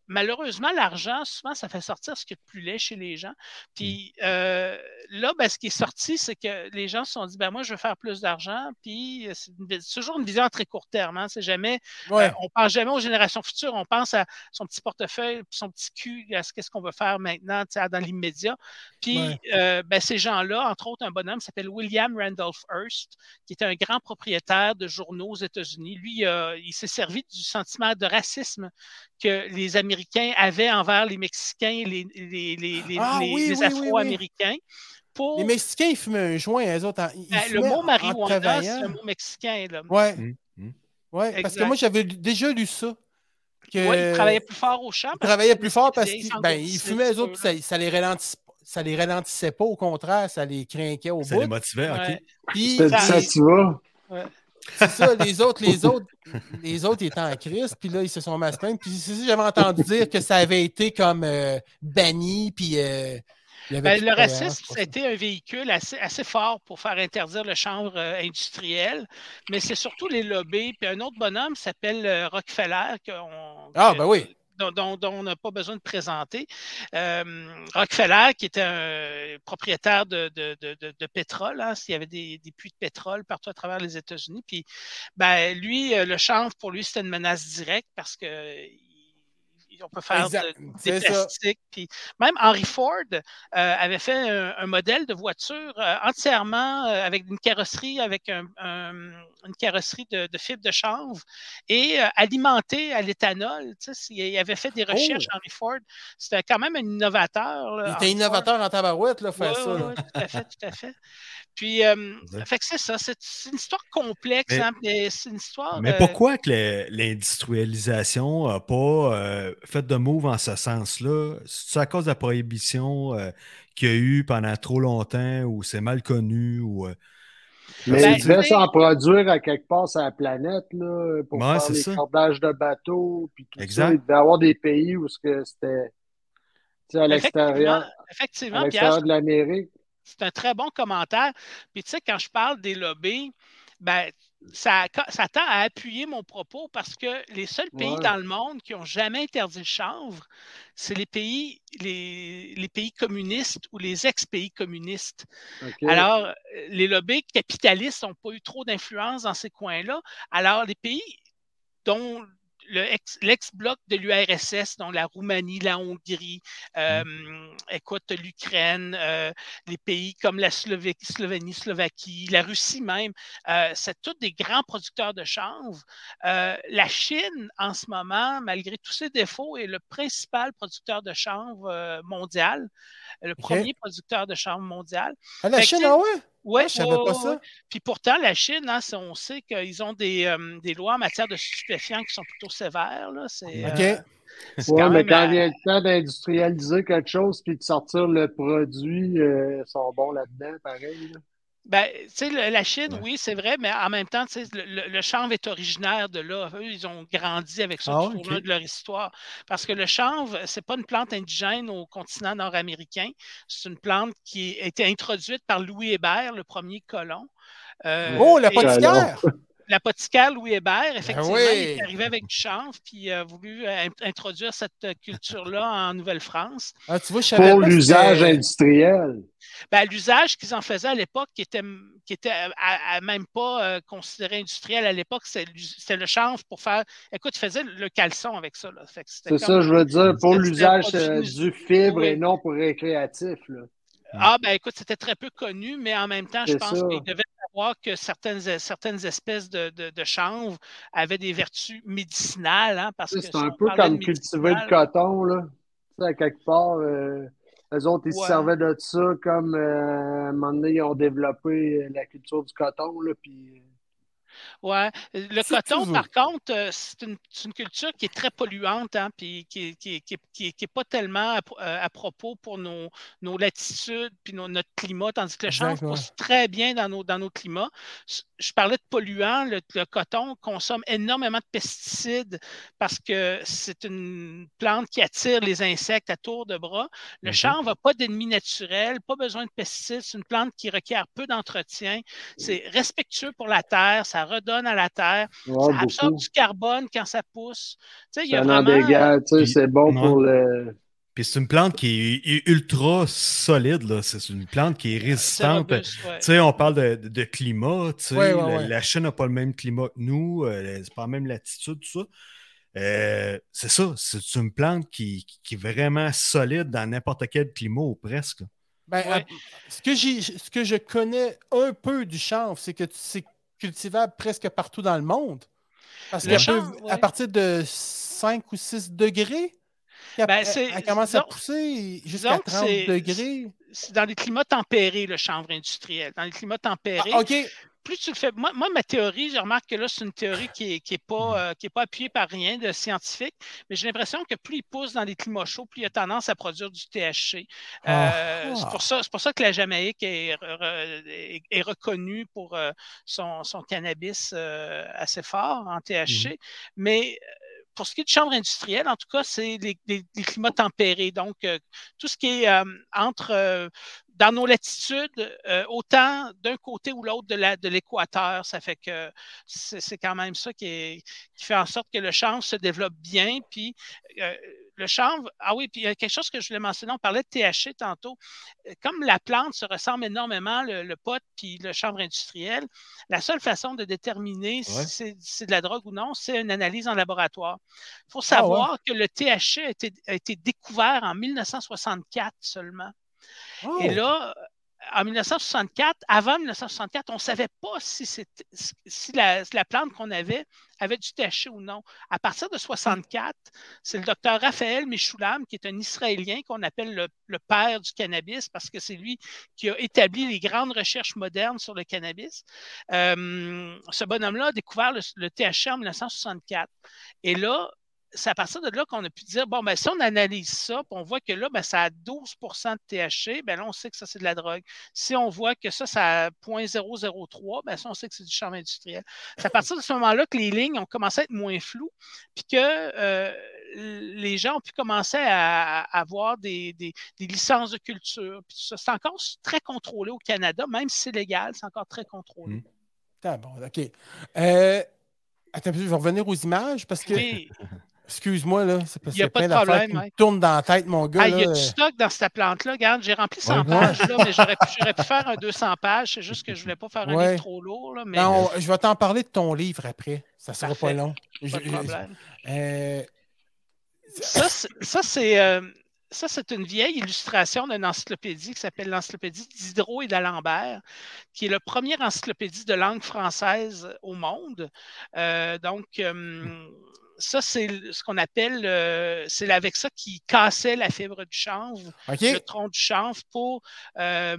malheureusement, l'argent, souvent, ça fait sortir ce qu'il y a de plus laid chez les gens. Puis euh, là, ben, ce qui est sorti, c'est que les gens se sont dit, ben moi, je veux faire plus d'argent. Puis c'est, une, c'est toujours une vision à très court terme. Hein. C'est jamais, Ouais. euh, on ne pense jamais aux générations futures. On pense à son petit portefeuille, son petit cul, à ce qu'est-ce qu'on veut faire maintenant, dans l'immédiat. Puis Ouais. euh, ben, ces gens-là, entre autres, un bonhomme s'appelle William Randolph Hearst, qui était un grand propriétaire de journaux aux États-Unis. Lui, euh, il s'est servi du sentiment de racisme que les Américains avaient envers les Mexicains, les, les, les, les, Ah, les, oui, les oui, Afro-Américains. Pour... Les Mexicains, ils fumaient un joint, eux autres. Ils Ben, le mot marijuana, c'est un mot mexicain. Là. Ouais. Mmh, mmh. Ouais, Exact. parce que moi, j'avais déjà lu ça. Que... Oui, ils travaillaient plus fort au champ. Ils travaillaient plus fort parce qu'ils qu'ils ben, ils fumaient, eux autres, puis ça, ça les ralentissait. Ça les ralentissait pas, au contraire, ça les craquait au ça bout. Ça les motivait, ouais. OK. Puis, C'était du sativa. Ouais. C'est ça, les autres, les autres, les autres étaient en crise, puis là, ils se sont mis à se plaindre. Puis c'est ça, j'avais entendu dire que ça avait été comme euh, banni, puis euh, il y avait ben, plus le de tolérance racisme, pour ça a été un véhicule assez, assez fort pour faire interdire le chanvre euh, industriel, mais c'est surtout les lobbies. Puis un autre bonhomme s'appelle euh, Rockefeller. qu'on- Ah, que- ben oui. dont, dont- dont on n'a pas besoin de présenter. Euh, Rockefeller, qui était un propriétaire de, de, de, de, de pétrole, hein, il y avait des, des puits de pétrole partout à travers les États-Unis. Puis, ben, lui, euh, le chanvre, pour lui, c'était une menace directe parce que on peut faire Exact. de- C'est des ça. plastiques. Puis même Henry Ford euh, avait fait un, un modèle de voiture euh, entièrement euh, avec une carrosserie, avec un, un, une carrosserie de, de fibres de chanvre et euh, alimentée à l'éthanol. Tu sais, il avait fait des recherches, Oh! Henry Ford. C'était quand même un innovateur. Là, Il était Henry innovateur Ford. en tabarouette, là, faire Ouais, ça. ouais, là. ouais, tout à fait, tout à fait. Puis, euh, Exact. fait que c'est ça. C'est, c'est une histoire complexe. Mais- hein, mais c'est une histoire. Mais euh, pourquoi que le- l'industrialisation n'a pas euh, fait de move en ce sens-là? C'est à cause de la prohibition euh, qu'il y a eu pendant trop longtemps ou c'est mal connu? Ou, euh, Mais Ben, ils devaient c'est- s'en produire à quelque part sur la planète là, pour Ouais, faire c'est les ça. cordages de bateaux puis tout Exact. ça. Il devait y avoir des pays où ce que c'était tu sais, à effectivement, l'extérieur, à effectivement Pierre, l'extérieur de l'Amérique. c'est un très bon commentaire. Puis tu sais, quand je parle des lobbies, ben, ça, ça tend à appuyer mon propos parce que les seuls pays Ouais. dans le monde qui n'ont jamais interdit le chanvre, c'est les pays, les, les pays communistes ou les ex-pays communistes. OK. Alors, euh, les lobbies capitalistes n'ont pas eu trop d'influence dans ces coins-là. Alors, les pays dont le ex, l'ex-bloc de l'U R S S, dont la Roumanie, la Hongrie, euh, écoute, l'Ukraine, euh, les pays comme la Slové- Slovénie, Slovaquie, la Russie même, euh, c'est tous des grands producteurs de chanvre. Euh, la Chine, en ce moment, malgré tous ses défauts, est le principal producteur de chanvre euh, mondial, le OK. premier producteur de chanvre mondial. À la Fait que, Chine, tu sais, ah ouais? Ouais, Ah, je savais ouais, pas ouais, ça. ouais. Puis pourtant, la Chine, hein, c'est- on sait qu'ils ont des, euh, des lois en matière de stupéfiants qui sont plutôt sévères. Là. C'est, OK. euh, c'est Ouais, quand mais même, quand euh, vient le temps d'industrialiser quelque chose puis de sortir le produit, euh, ils sont bons là-dedans, pareil. Là. ben, tu sais, le- la Chine, Ouais. oui, c'est vrai, mais en même temps, tu sais, le, le- le chanvre est originaire de là. Eux, ils ont grandi avec ça Ah, tout au OK. long de leur histoire. Parce que le chanvre, c'est pas une plante indigène au continent nord-américain. C'est une plante qui a été introduite par Louis Hébert, le premier colon. Euh, Oh, et- l'apothicaire! L'apothicaire Louis Hébert, effectivement, oui. il est arrivé avec du chanvre puis a voulu euh, in- introduire cette euh, culture-là en Nouvelle-France. Ah, tu vois, je savais Pour pas que l'usage c'était- industriel. Ben, l'usage qu'ils en faisaient à l'époque, qui était, qui était à, à- à même pas euh, considéré industriel à l'époque, c'était, l'us- c'était le chanvre pour faire. Écoute, ils faisaient le caleçon avec ça. Là. Fait que c'était C'est comme- ça, je veux dire, pour c'était- c'était un l'usage produit euh, nous- du fibre Oui. et non pour récréatif. Là. Ah, ben écoute, c'était très peu connu, mais en même temps, je C'est pense ça. qu'il devait savoir que certaines, certaines espèces de, de, de chanvre avaient des vertus médicinales. Hein, parce Tu que sais, si c'est un on peu parlait comme de cultiver le médicinal- coton, là. Tu sais, à quelque part, euh, eux autres, ils Ouais. se servaient de ça comme, euh, à un moment donné, ils ont développé la culture du coton, là, puis... Ouais. Le Si tu coton, veux. par contre, euh, c'est une, c'est une culture qui est très polluante, hein, puis qui n'est qui, qui, qui, qui est pas tellement à, pro- euh, à propos pour nos, nos latitudes puis nos- notre climat, tandis que le Exact, chanvre ouais. pousse très bien dans nos, dans nos climats. S- Je parlais de polluants, le, le coton consomme énormément de pesticides parce que c'est une plante qui attire les insectes à tour de bras. Le Ok. chanvre n'a pas d'ennemis naturels, pas besoin de pesticides, c'est une plante qui requiert peu d'entretien, c'est respectueux pour la terre, ça redonne à la terre. Ouais, Ça absorbe beaucoup. du carbone quand ça pousse. Tu sais, il y a Ça vraiment... n'en dégage, tu sais, Puis- c'est bon ouais. pour le... Puis c'est une plante qui est ultra solide, là. C'est une plante qui est C'est résistante. robuste, ouais. Tu sais, on parle de, de- de climat, tu sais. Ouais, ouais, la, ouais. la Chine n'a pas le même climat que nous, euh, c'est pas la même latitude, tout ça. Euh, c'est ça, c'est une plante qui, qui est vraiment solide dans n'importe quel climat ou presque. Ben, Ouais. euh, ce, que j'ai, ce que je connais un peu du chanvre, c'est que c'est cultivable presque partout dans le monde. Parce Le qu'à chanvre, à ouais. partir de cinq ou six degrés, qu'elle- Ben, elle, c'est- elle commence à disons- pousser jusqu'à disons que trente c'est- degrés. C'est dans les climats tempérés, le chanvre industriel. Dans les climats tempérés, Ah, OK. plus tu le fais. Moi, moi, ma théorie, je remarque que là, c'est une théorie qui n'est qui est pas, euh, qui est pas appuyée par rien de scientifique, mais j'ai l'impression que plus il pousse dans les climats chauds, plus il a tendance à produire du T H C. Euh, Ah. c'est pour ça, c'est pour ça que la Jamaïque est, re- est- est reconnue pour euh, son, son cannabis euh, assez fort en T H C. Mais euh, pour ce qui est de chanvre industrielle, en tout cas, c'est les, les- les climats tempérés. Donc, euh, tout ce qui est euh, entre euh, dans nos latitudes, euh, autant d'un côté ou l'autre de, la, de l'équateur, ça fait que c'est, c'est quand même ça qui, est, qui fait en sorte que le chanvre se développe bien. Puis euh, le chanvre, ah oui, puis il y a quelque chose que je voulais mentionner, on parlait de T H C tantôt. Comme la plante se ressemble énormément, le, le pot puis le chanvre industriel, la seule façon de déterminer Ouais. si c'est, si c'est de la drogue ou non, c'est une analyse en laboratoire. Il faut Ah, savoir que le T H C a été, a été découvert en mille neuf cent soixante-quatre seulement. Oh. Et là, en mille neuf cent soixante-quatre, avant mille neuf cent soixante-quatre, on ne savait pas si, c'était, si, la, si la plante qu'on avait avait du T H C ou non. À partir de soixante-quatre, c'est le docteur Raphaël Mechoulam, qui est un Israélien qu'on appelle le, le père du cannabis, parce que c'est lui qui a établi les grandes recherches modernes sur le cannabis. Euh, ce bonhomme-là a découvert le, le T H C en mille neuf cent soixante-quatre. Et là, c'est à partir de là qu'on a pu dire, bon, ben, si on analyse ça, puis on voit que là, ben, ça a douze pour cent de T H C, ben là, on sait que ça, c'est de la drogue. Si on voit que ça, ça a zéro virgule zéro zéro trois, ben ça, on sait que c'est du chanvre industriel. C'est à partir de ce moment-là que les lignes ont commencé à être moins floues, puis que euh, les gens ont pu commencer à, à avoir des, des, des licences de culture. Puis ça, c'est encore très contrôlé au Canada, même si c'est légal, c'est encore très contrôlé. Mmh. Ah, bon, OK. Euh, attends, je vais revenir aux images parce que... Oui. Excuse-moi, là, c'est parce Il y a qu'il y a pas plein de d'affaires problème, qui me Mike. tournent dans la tête, mon gars. Ah, il y a là. du stock dans cette plante-là. Regarde, j'ai rempli cent Ouais. pages, là, mais j'aurais pu, j'aurais pu faire un deux cents pages. C'est juste que je voulais pas faire un Ouais. livre trop lourd. Là, mais Non, je vais t'en parler de ton livre après. Ça sera Parfait. pas long. pas Je- de je- problème. euh, Ça, c'est, ça, c'est, euh, ça, c'est une vieille illustration d'une encyclopédie qui s'appelle l'Encyclopédie Diderot et d'Alembert, qui est la première encyclopédie de langue française au monde. Euh, donc, euh, ça, c'est ce qu'on appelle, euh, c'est avec ça qu'ils cassaient la fibre du chanvre, OK. le tronc du chanvre, pour euh,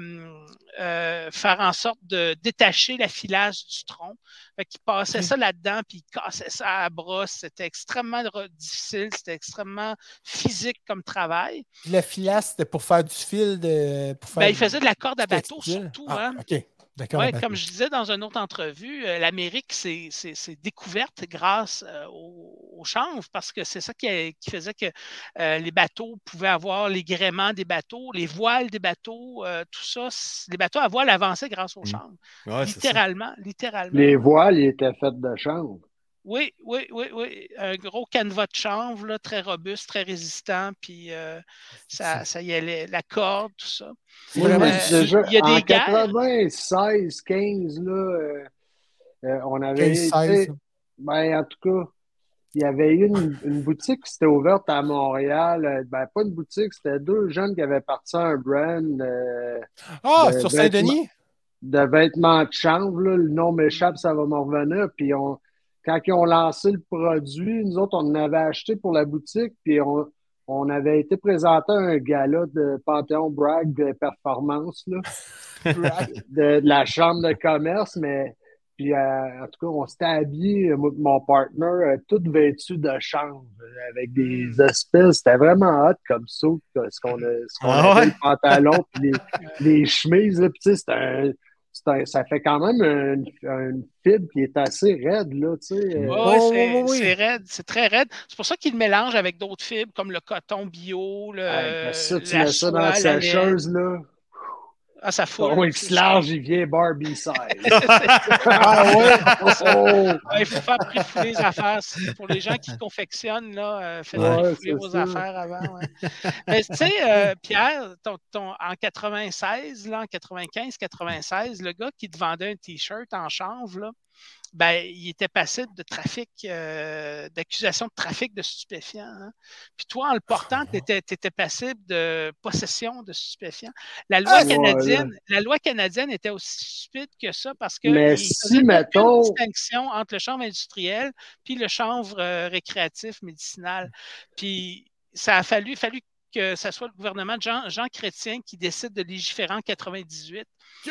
euh, faire en sorte de détacher la filasse du tronc. Fait qu'ils passaient OK. ça là-dedans, puis ils cassaient ça à la brosse. C'était extrêmement re- difficile, c'était extrêmement physique comme travail. Puis la filasse, c'était pour faire du fil de. Pour faire Ben, ils du- faisaient de la corde à du bateau, textile. surtout. Ah, Hein? OK. D'accord. Ouais, ben, comme je disais dans une autre entrevue, euh, l'Amérique s'est, s'est- s'est découverte grâce euh, au, au chanvre parce que c'est ça qui, a- qui faisait que euh, les bateaux pouvaient avoir les gréements des bateaux, les voiles des bateaux, euh, tout ça. c- Les bateaux à voile avançaient grâce au Mm. chanvre. Ouais, c'est ça. littéralement, littéralement. Les voiles, ils étaient faits de chanvre. Oui, oui, oui, oui. Un gros canevas de chanvre, là, très robuste, très résistant, puis euh, ça, ça y allait, la corde, tout ça. C'est Moi, vraiment moi, Euh, déjà, il y a en des guerres. quatre-vingt-seize, quinze, là, euh, euh, on avait quinze seize. été, ben, en tout cas, il y avait eu une, une boutique qui s'était ouverte à Montréal. Euh, Ben, pas une boutique, c'était deux jeunes qui avaient parti à un brand euh, Ah, de sur vêtements, Saint-Denis? de vêtements de chanvre, là. Le nom m'échappe, ça va m'en revenir. Puis on, quand ils ont lancé le produit, nous autres, on en avait acheté pour la boutique, puis on, on avait été présenté à un gala de Panthéon Bragg de performance, là, Bragg. de, de la chambre de commerce, mais puis euh, en tout cas, on s'était habillés, moi et mon partner, euh, tout vêtus de chanvre, euh, avec des Mm. espèces. C'était vraiment hot comme ça, ce qu'on a, ce qu'on Ah avait, ouais? le pantalon, puis les, les chemises, là, puis tu sais, c'est un, c'est un- ça fait quand même une, une fibre qui est assez raide, là, tu sais. euh, Oui, Oh, c'est, oui, oui, c'est oui. raide, c'est très raide. C'est pour ça qu'ils le mélangent avec d'autres fibres comme le coton bio, le, hey, parce que ça, tu la mets ça dans la soie, la laine. sécheuse, là. Ah, ça fout. Son X large, il vient Barbie size. Ah ouais? Oh! Il faut faire préfouler les affaires. Pour les gens qui confectionnent, là, euh, faites Ouais, préfouler c'est vos ça. affaires avant. Ouais. Mais tu sais, euh, Pierre, ton, ton, en quatre-vingt-seize, là, en quatre-vingt-quinze quatre-vingt-seize, le gars qui te vendait un T-shirt en chanvre, là, ben, il était passible de trafic, euh, d'accusation de trafic de stupéfiants. Hein. Puis toi, en le portant, tu étais passible de possession de stupéfiants. La loi, Ah, canadienne, ouais. la loi canadienne était aussi stupide que ça parce qu'il Mais faisait si, aucune mettons, distinction entre le chanvre industriel puis le chanvre euh, récréatif médicinal. Puis ça a fallu, fallu que ce soit le gouvernement de Jean, Jean Chrétien qui décide de légiférer en quatre-vingt-dix-huit.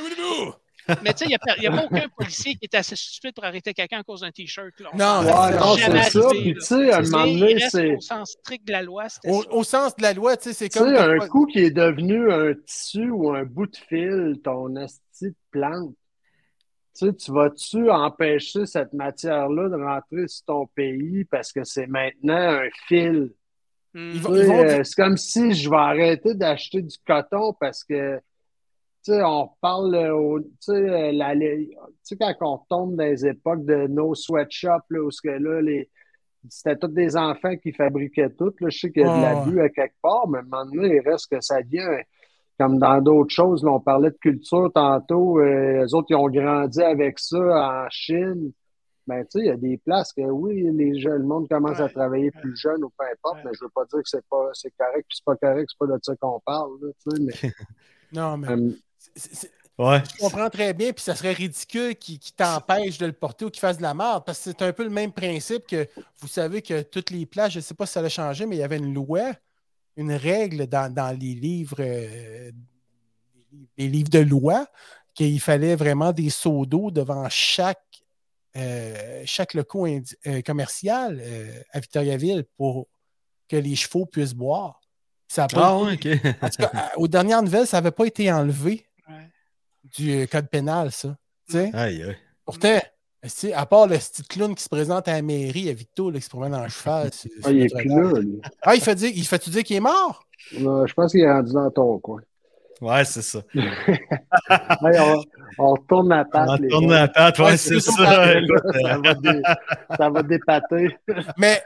Mais tu sais, il n'y a, a pas aucun policier qui est assez stupide pour arrêter quelqu'un à cause d'un T-shirt. Là. On Non, s'en ouais, fout, non, jamais c'est ça. arrivé, Puis là. tu sais, à un Mais moment il donné, reste c'est. au sens strict de la loi, c'était Au, ça. au sens de la loi, tu sais, c'est Tu sais, comme. un que- coup qui est devenu un tissu ou un bout de fil, ton esti de plante, tu sais, tu vas-tu empêcher cette matière-là de rentrer sur ton pays parce que c'est maintenant un fil? Hmm. Ils Tu vont, ils sais, vont euh, dire- c'est comme si je vais arrêter d'acheter du coton parce que, tu sais, on parle, euh, au, tu sais, euh, la- les- tu sais, quand on tombe dans les époques de no sweatshop, là, où ce que là, les, c'était tous des enfants qui fabriquaient tout. Là. Je sais qu'il y a de Ouais, l'abus à quelque part, mais à un moment donné, il reste que ça devient comme dans d'autres choses. Là, on parlait de culture tantôt. Euh, les autres, ils ont grandi avec ça en Chine. Ben, tu sais, il y a des places que oui, les jeunes, le monde commence à Ouais. travailler plus jeune ou peu importe, Ouais. mais je veux pas dire que c'est pas c'est correct puis c'est pas correct, c'est pas de ça qu'on parle. Là, tu sais, mais, Non, mais. euh, c'est- c'est- Ouais. Je comprends très bien, puis ça serait ridicule qu'il qu'il t'empêche de le porter ou qu'il fasse de la merde, parce que c'est un peu le même principe que vous savez que toutes les places, je ne sais pas si ça a changé, mais il y avait une loi, une règle dans, dans les livres, euh, les livres de loi, qu'il fallait vraiment des seaux d'eau devant chaque, euh, chaque local indi- euh, commercial euh, à Victoriaville pour que les chevaux puissent boire. Ça a pas Ah été- ouais, ok. En tout cas, à- aux dernières nouvelles, ça n'avait pas été enlevé Ouais. du euh, code pénal, ça. Tu sais? Aïe, aïe. Pourtant, esti, à part le petit clown qui se présente à la mairie, à Victo, là, qui se promène en cheval. c'est- ah, c'est il est notre plus dame. là, lui. Ah, il fait dire, il fait-tu dire qu'il est mort? Euh, je pense qu'il est rendu dans ton coin. Ouais, c'est ça. Hey, on, on retourne la On patte, les tourne gars. la patte, ouais, Ouais, c'est c'est ça. ça. Écoute, ça, va dé- ça va dépater. Mais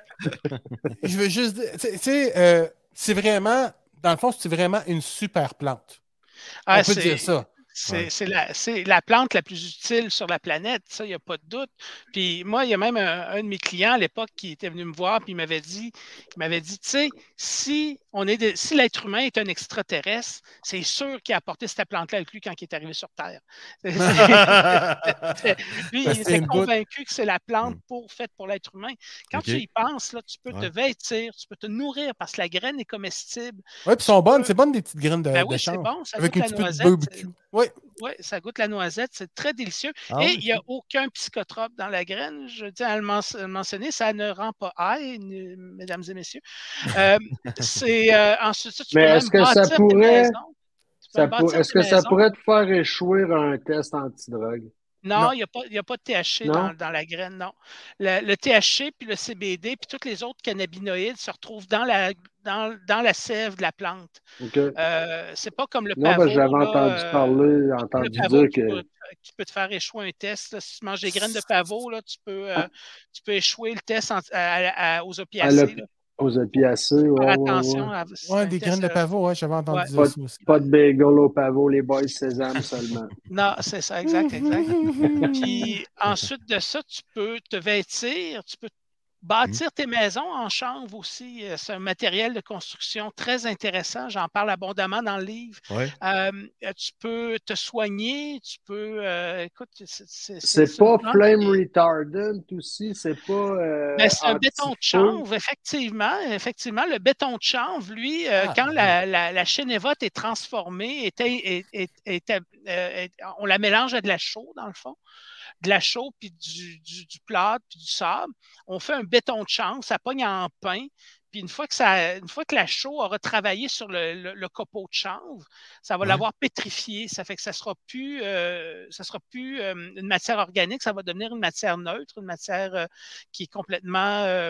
je veux juste dire, tu sais, euh, c'est vraiment, dans le fond, c'est vraiment une super plante. Ah, On peut c'est- dire ça. C'est Ouais. c'est la, c'est la plante la plus utile sur la planète, ça, il n'y a pas de doute. Puis moi, il y a même un, un de mes clients à l'époque qui était venu me voir, puis il m'avait dit, il m'avait dit, tu sais, si on est de- si l'être humain est un extraterrestre, c'est sûr qu'il a apporté cette plante-là avec lui quand il est arrivé sur Terre. Lui, Ben, il c'est était une bout. convaincu que c'est la plante Mm. pour, faite pour l'être humain. Quand Ok. tu y penses, là, tu peux te Ouais. vêtir, tu peux te nourrir parce que la graine est comestible. Oui, puis sont bonnes, c'est bonne des petites graines de, Ben de oui, c'est chanvre. bon, ça Avec goûte un la petit peu de noisette. barbecue. Oui. Oui, ça goûte la noisette, c'est très délicieux. Ah Et ouais, il n'y a aucun psychotrope dans la graine. Je tiens à le men- mentionner, ça ne rend pas high, ne- mesdames et messieurs. Euh, c'est euh, ensuite ça, tu Mais peux est-ce même que ça bâtir tes pourrait, maisons. Tu peux ça même pour- bâtir est-ce tes que ça maisons. pourrait te faire échouer un test antidrogue? Non, Non. il n'y a, pas- il y a pas de T H C Non? dans, dans la graine, non. Le, le T H C puis le C B D puis tous les autres cannabinoïdes se retrouvent dans la, dans, dans la sève de la plante. OK. Euh, c'est pas comme le Non, pavot. parce que j'avais là, entendu euh, parler, comme le entendu pavot dire qui, que. peut, qui peut te faire échouer un test. Là. Si tu manges des graines de pavot, là, tu, peux, euh, tu peux échouer le test en- à- à- aux à opiacés. l'op- là. aux opiacés, ouais, Faire ouais, attention. ouais. À, c'est Ouais, un des test, graines de euh, pavot, ouais, j'avais entendu ouais. dire Pas, ça aussi. pas de bagel au pavot, les boys sésame seulement. Non, c'est ça, exact, exact. Puis ensuite de ça, tu peux te vêtir, tu peux bâtir tes maisons en chanvre aussi. Euh, C'est un matériel de construction très intéressant. J'en parle abondamment dans le livre. Ouais. Euh, tu peux te soigner, tu peux. euh, écoute, c'est- c'est C'est c'est une pas plante flame qui- retardant aussi, c'est pas. Euh, Ben, c'est un béton de anti-feu. chanvre, effectivement. Effectivement, le béton de chanvre, lui, euh, Ah, quand ben la, la, la chénévote est transformée, était, est- est- était, euh, est- on la mélange à de la chaux, dans le fond. De la chaux, puis du, du, du plâtre, puis du sable. On fait un béton de chanvre, ça pogne en pain. puis une fois que ça, une fois que la chaux aura travaillé sur le, le, le copeau de chanvre, ça va Ouais. l'avoir pétrifié. Ça fait que ça sera plus, euh, ça sera plus euh, une matière organique, ça va devenir une matière neutre, une matière euh, qui est complètement, euh,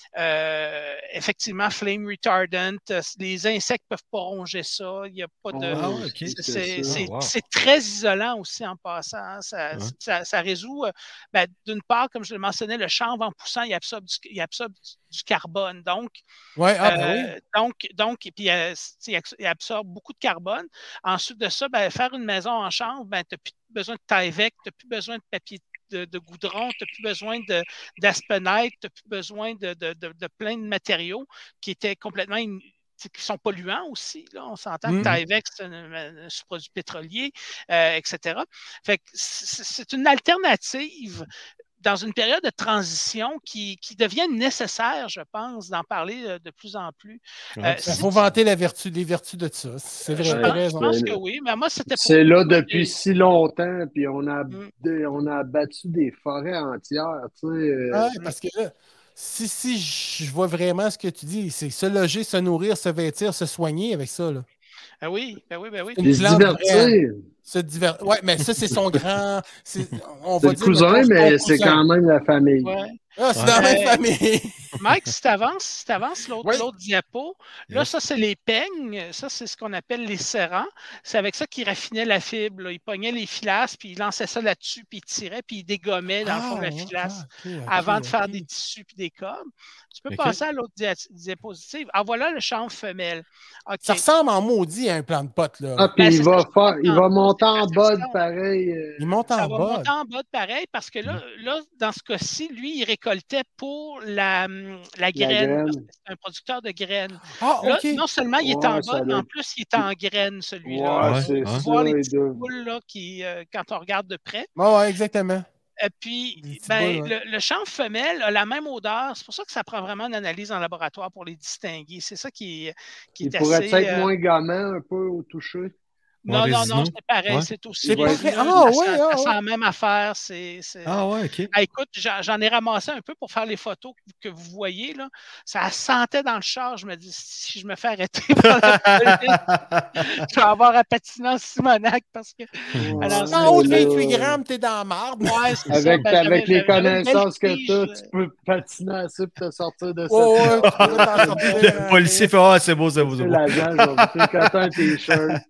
euh, effectivement, flame retardant. Les insectes peuvent pas ronger ça. Il y a pas de. Ah ouais, ok. C'est, C'est c'est, ça. c'est, Ah, wow. c'est très isolant aussi en passant. hein. Ça, Ouais. ça, ça résout, euh, ben, d'une part, comme je le mentionnais, le chanvre en poussant, il absorbe du, il absorbe du, du carbone. Donc, Ouais, ah, ben euh, oui. donc, donc, et puis euh, tu sais, il absorbe beaucoup de carbone. Ensuite de ça, ben, faire une maison en chanvre, ben, tu n'as plus besoin de Tyvek, tu n'as plus besoin de papier de, de goudron, tu n'as plus besoin de, d'aspenite, tu n'as plus besoin de, de, de, de plein de matériaux qui étaient complètement in- qui sont polluants aussi. Là. On s'entend Mm. que Tyvek, c'est un, un sous-produit pétrolier, euh, et cetera. Fait que c'est, c'est une alternative dans une période de transition qui, qui devient nécessaire, je pense, d'en parler euh, de plus en plus. Ouais, Euh, Il si faut tu- vanter la vertu, les vertus de ça. C'est vrai, je Ouais, t'as pense, je raison. pense c'est- que oui, mais moi, c'était pour. C'est là moi, depuis j'ai- si longtemps, puis on a, Mm. des- on a abattu des forêts entières, tu sais. euh, Ouais, parce que là, si, si je vois vraiment ce que tu dis, c'est se loger, se nourrir, se vêtir, se soigner avec ça. Là. Ah oui, ben oui, ben oui. Une Puis se plante vraie. divertir. Se diver... Ouais, mais ça, c'est son grand. c'est- On C'est va le dire. cousin, mettons, mais son c'est cousin. quand même la famille. Ouais. Ah, c'est Ouais. dans la même Euh, famille. Mike, si tu avances, si t'avances l'autre, Oui. l'autre diapo, là, Yes. ça, c'est les peignes. Ça, c'est ce qu'on appelle les serrants. C'est avec ça qu'ils raffinaient la fibre. là. Ils pognaient les filasses, puis ils lançaient ça là-dessus, puis ils tiraient, puis ils dégommaient, dans le fond, Ah, la ouais, filasse ah, ok, ok, avant de faire ok. des tissus puis des cordes. Tu peux Ok. passer à l'autre dia- diapositive. Ah, voilà le chanvre femelle. OK. Ça ressemble en maudit à un plan de pote, là. Ah, puis Ben, il c'est ça, va je faire, il va tantôt, monter c'est en que ça bas ressemble. pareil. euh, Il monte Ça en va bas. monter en bas de pareil parce que là, là, dans ce cas-ci, lui, il récoltait pour la, hum, la La graine, parce graine. que c'est un producteur de graines. Ah, Là, OK. non seulement il est Ouais, en ça bas, mais doit en être- plus, il est en graine, celui-là. Ouais, Ouais, c'est On peut hein. voir ça. les il petites doit- boules là, qui, euh, quand on regarde de près. Ouais, ouais, exactement. Et puis, Des petites ben, boules, ouais. le, le chanvre femelle a la même odeur. C'est pour ça que ça prend vraiment une analyse en laboratoire pour les distinguer. C'est ça qui, est- qui Il est pourrait assez. être euh, moins gommant un peu au toucher. Non, Ouais, non, non, résineux. c'est pareil. Ouais. C'est aussi C'est pareil. résineux. Ah, ça, ouais, sent- ah, ça sent ouais. la même affaire. C'est, c'est- Ah ouais, ok. Ah, écoute, j'en, j'en ai ramassé un peu pour faire les photos que, que vous voyez. Là. Ça sentait dans le char. Je me dis, si je me fais arrêter par la police, je vais avoir un patinant Simonac parce que. Ouais, Alors, En haut de mais vingt-huit là, grammes, t'es dans la marde. Ouais, c'est ça. Avec, Ben, j'avais- avec les j'avais- j'avais une belle connaissances que tige, tu as, euh, tu peux patiner assez pour te sortir de cette. Ouais, ouais, tu pourrais t'en sortir. Le policier fait Ah, c'est beau, c'est beau, c'est C'est beau. l'agent, je vais vous tricoter un t-shirt.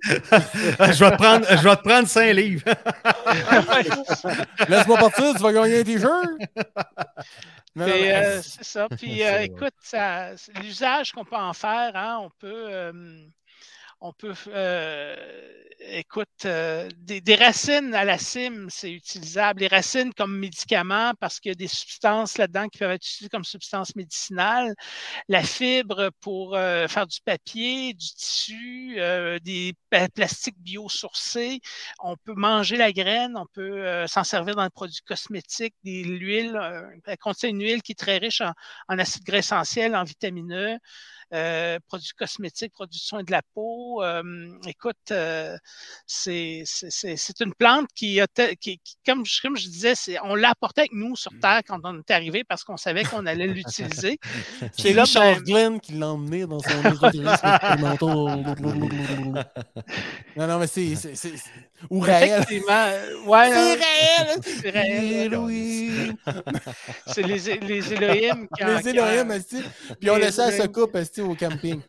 je, vais te prendre, je vais te prendre cinq livres. Laisse-moi partir, tu vas gagner un t-shirt. Non, non, Puis, mais- euh, c'est ça. Puis, euh, C'est écoute, ça, c'est l'usage qu'on peut en faire, hein, on peut, euh, on peut, euh, écoute, euh, des, des racines à la cime, c'est utilisable. Les racines comme médicaments, parce qu'il y a des substances là-dedans qui peuvent être utilisées comme substances médicinales. La fibre pour euh, faire du papier, du tissu, euh, des pa- plastiques biosourcés. On peut manger la graine, on peut euh, s'en servir dans les produits cosmétiques, des l'huile. Euh, elle contient une huile qui est très riche en, en acides gras essentiels, en vitamine E. Euh, produits cosmétiques, produits de soins de la peau. Euh, écoute, euh, c'est, c'est, c'est, c'est une plante qui, a te, qui, qui comme, je, comme je disais, c'est, on l'a apporté avec nous sur Terre quand on est arrivé parce qu'on savait qu'on allait l'utiliser. C'est là, là Charles ben- Glenn qui l'a emmené dans son ésotérisme expérimental. Non, non, mais c'est. c'est, c'est, c'est... Ou Raël. Effectivement, euh, ouais, C'est euh, Raël! c'est Raël. Halloween! c'est les, les Élohim qui en- Les qui Élohim, en- esti. Puis on Les laissait à sa Élohim. coupe, esti, au camping.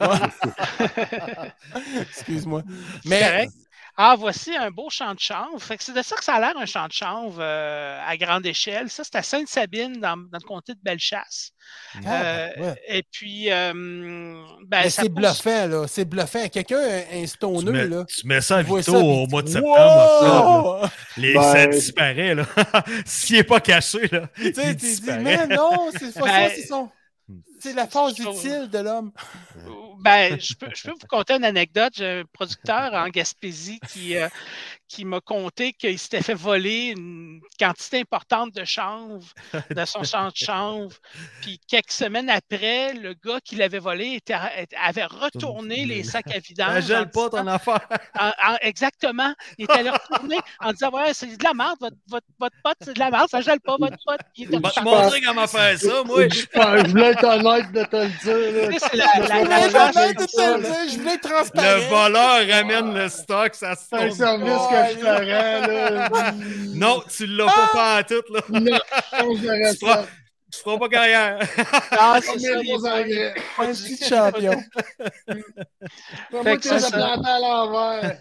Excuse-moi. C'est Mais. correct. Ah, voici un beau champ de chanvre. Fait que c'est de ça que ça a l'air un champ de chanvre euh, à grande échelle. Ça, c'est à Sainte-Sabine, dans, dans le comté de Bellechasse. Ah, Euh, ouais. Et puis, euh, ben, Mais ça c'est pousse- bluffant, là. C'est bluffant. Quelqu'un, un, un Tu stoneux, mets, là. tu mets ça à il voit Vito ça, puis au il mois de dit, septembre, octobre, là. wow! Les Ben, ça disparaît, là. S'il n'est pas caché, là. Tu sais, il tu dis, disparaît. mais non, c'est pas Ben, ça, c'est son. C'est la force je trouve- utile de l'homme. Ben, je peux, je peux vous conter une anecdote. J'ai un producteur en Gaspésie qui, euh, qui m'a conté qu'il s'était fait voler une quantité importante de chanvre de son champ de chanvre. Puis quelques semaines après, le gars qui l'avait volé était, avait retourné les sacs à vidange. Ça gèle pas ton affaire. En, en, exactement. Il était allé retourner en disant ouais, c'est de la merde, votre, votre, votre pote, c'est de la merde, ça gèle pas, votre pote. Il va te montrer comment faire ça, moi. Je voulais être honnête de te le dire. C'est la, la, la, la, la, de te le dire. Je voulais être transparent. Le voleur ramène le stock, ça se C'est un service oh, que je ferais, là. Non, tu l'as pas fait en tout, là. Non, je tu feras, tu feras pas carrière. Ah, c'est ça, les un petit champion. Moi, tu as planté à l'envers.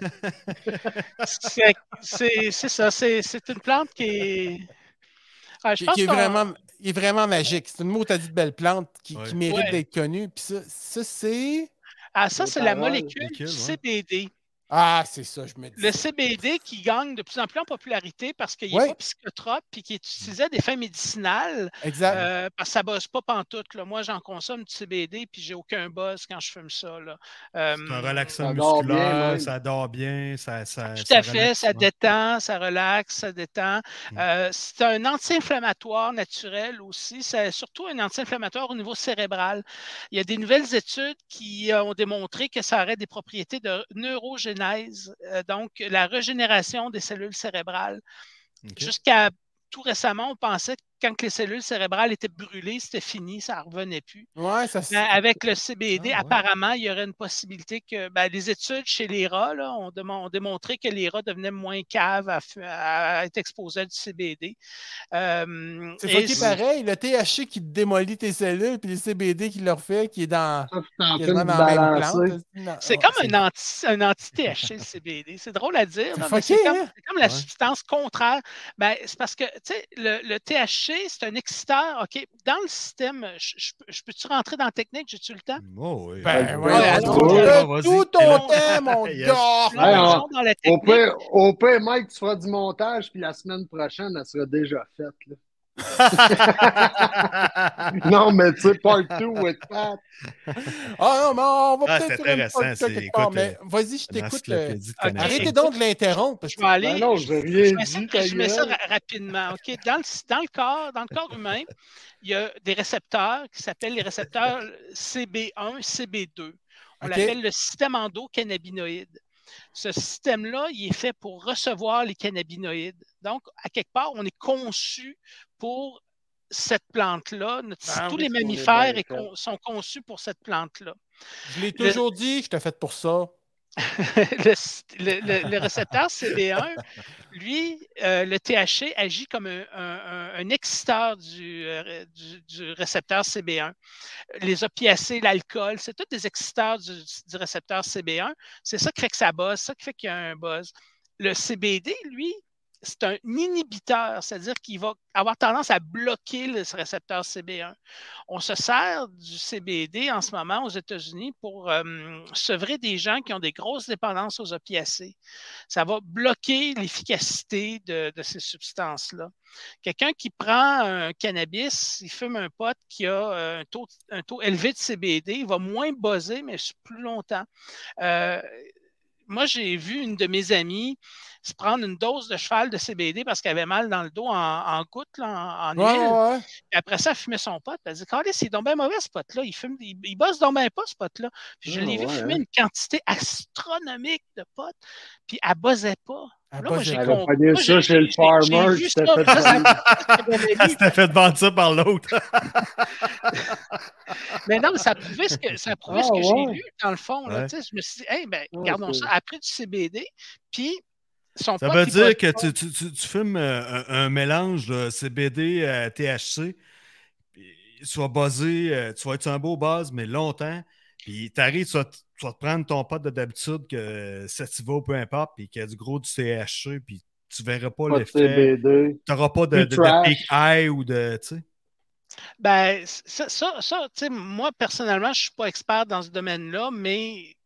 C'est ça, c'est une plante qui est... Ah, je pense qui est vraiment, il est vraiment magique. C'est une maudite belle plante qui, ouais. qui mérite ouais. d'être connue. Puis ça, ça c'est... Ah, ça, c'est la molécule du C B D. Ah, c'est ça, je me dis. Le C B D qui gagne de plus en plus en popularité parce qu'il n'est ouais. pas psychotrope et qui est utilisé à des fins médicinales. Exact. Euh, parce que ça ne buzz pas pantoute. Là. Moi, j'en consomme du C B D puis j'ai aucun buzz quand je fume ça. Euh, c'est un relaxant musculaire, bien, ça dort bien. Ça, ça, tout ça à fait, ça détend, ça relaxe, ça détend. Mm. Euh, c'est un anti-inflammatoire naturel aussi. C'est surtout un anti-inflammatoire au niveau cérébral. Il y a des nouvelles études qui ont démontré que ça aurait des propriétés de neurogénèse. Euh, donc, la régénération des cellules cérébrales. Okay. Jusqu'à tout récemment, on pensait que quand les cellules cérébrales étaient brûlées, c'était fini, ça ne revenait plus. Ouais, ça, mais avec le C B D, ah, ouais. apparemment, il y aurait une possibilité que ben, les études chez les rats là, ont, ont démontré que les rats devenaient moins caves à, à être exposés à du C B D. Euh, c'est fucké pareil, le T H C qui démolit tes cellules, puis le C B D qui le refait, qui est dans, qui est dans la même plante. C'est comme oh, un anti, un anti-T H C, le C B D. C'est drôle à dire. C'est fucké, comme, hein? comme la ouais. substance contraire. Ben, c'est parce que, tu sais, le, le T H C, c'est un exciteur. OK, dans le système, je, je, je peux-tu rentrer dans la technique? J'ai-tu le temps? Oh, oui. Ben, oui. Ouais, ouais, tout ton temps, mon gars! Au pire, au pire, Mike, tu feras du montage, puis la semaine prochaine, elle sera déjà faite. Là. non, mais tu sais, part two with Pat. Ah non, mais on va ah, peut-être faire une part quelque part. Mais vas-y, je t'écoute. Le... Okay. Arrêtez donc de l'interrompre. Je vais aller. Ben non, je vais rien je dit. Je mets ça rapidement. Okay? Dans, le, dans, le corps, dans le corps humain, il y a des récepteurs qui s'appellent les récepteurs C B un, C B deux. On okay. l'appelle le système endocannabinoïde. Ce système-là, il est fait pour recevoir les cannabinoïdes. Donc, à quelque part, on est conçu pour cette plante-là. Ah, tous oui, les mammifères est con, sont conçus pour cette plante-là. Je l'ai toujours le, dit, je t'ai fait pour ça. le, le, le, le récepteur C B un, lui, euh, le T H C agit comme un, un, un exciteur du, euh, du, du récepteur C B un. Les opiacés, l'alcool, c'est tous des exciteurs du, du récepteur C B un. C'est ça qui fait que ça buzz, c'est ça qui fait qu'il y a un buzz. Le C B D, lui, c'est un inhibiteur, c'est-à-dire qu'il va avoir tendance à bloquer le récepteur C B un. On se sert du C B D en ce moment aux États-Unis pour euh, sevrer des gens qui ont des grosses dépendances aux opiacés. Ça va bloquer l'efficacité de, de ces substances-là. Quelqu'un qui prend un cannabis, il fume un pot qui a un taux, un taux élevé de C B D, il va moins buzzer, mais plus longtemps. Euh, moi, j'ai vu une de mes amies se prendre une dose de cheval de C B D parce qu'elle avait mal dans le dos en, en gouttes, là, en, en ouais, huile. Ouais. Et après ça, elle fumait son pot. Elle dit, Calais, c'est donc bien mauvais ce pot-là. Il, fume, il, il bosse donc bien pas ce pot-là. Puis je l'ai oh, vu ouais, fumer hein. une quantité astronomique de pot. Puis elle ne buzzait pas. Elle là, moi, j'ai compris ça chez le farmer. Tu t'es fait vendre ça par l'autre. Mais non, mais ça prouvait ce que, ça prouvait oh, ce que ouais. j'ai lu, dans le fond. Là, ouais. Je me suis dit, hey, ben, oh, gardons ça. Après du C B D, puis son ça veut dire que tu, tu, tu, tu fumes un, un mélange de C B D à T H C, soit buzzé, tu vas être sur un beau buzz, mais longtemps, puis tu arrives, tu vas, tu vas te prendre ton pot de d'habitude, que Sativa ou peu importe, puis qu'il y a du gros du T H C, puis tu verras pas, pas l'effet. Tu n'auras pas de, de, de peak high ou de. Tu sais. Ben, ça, ça, ça tu sais, moi, personnellement, je ne suis pas expert dans ce domaine-là, mais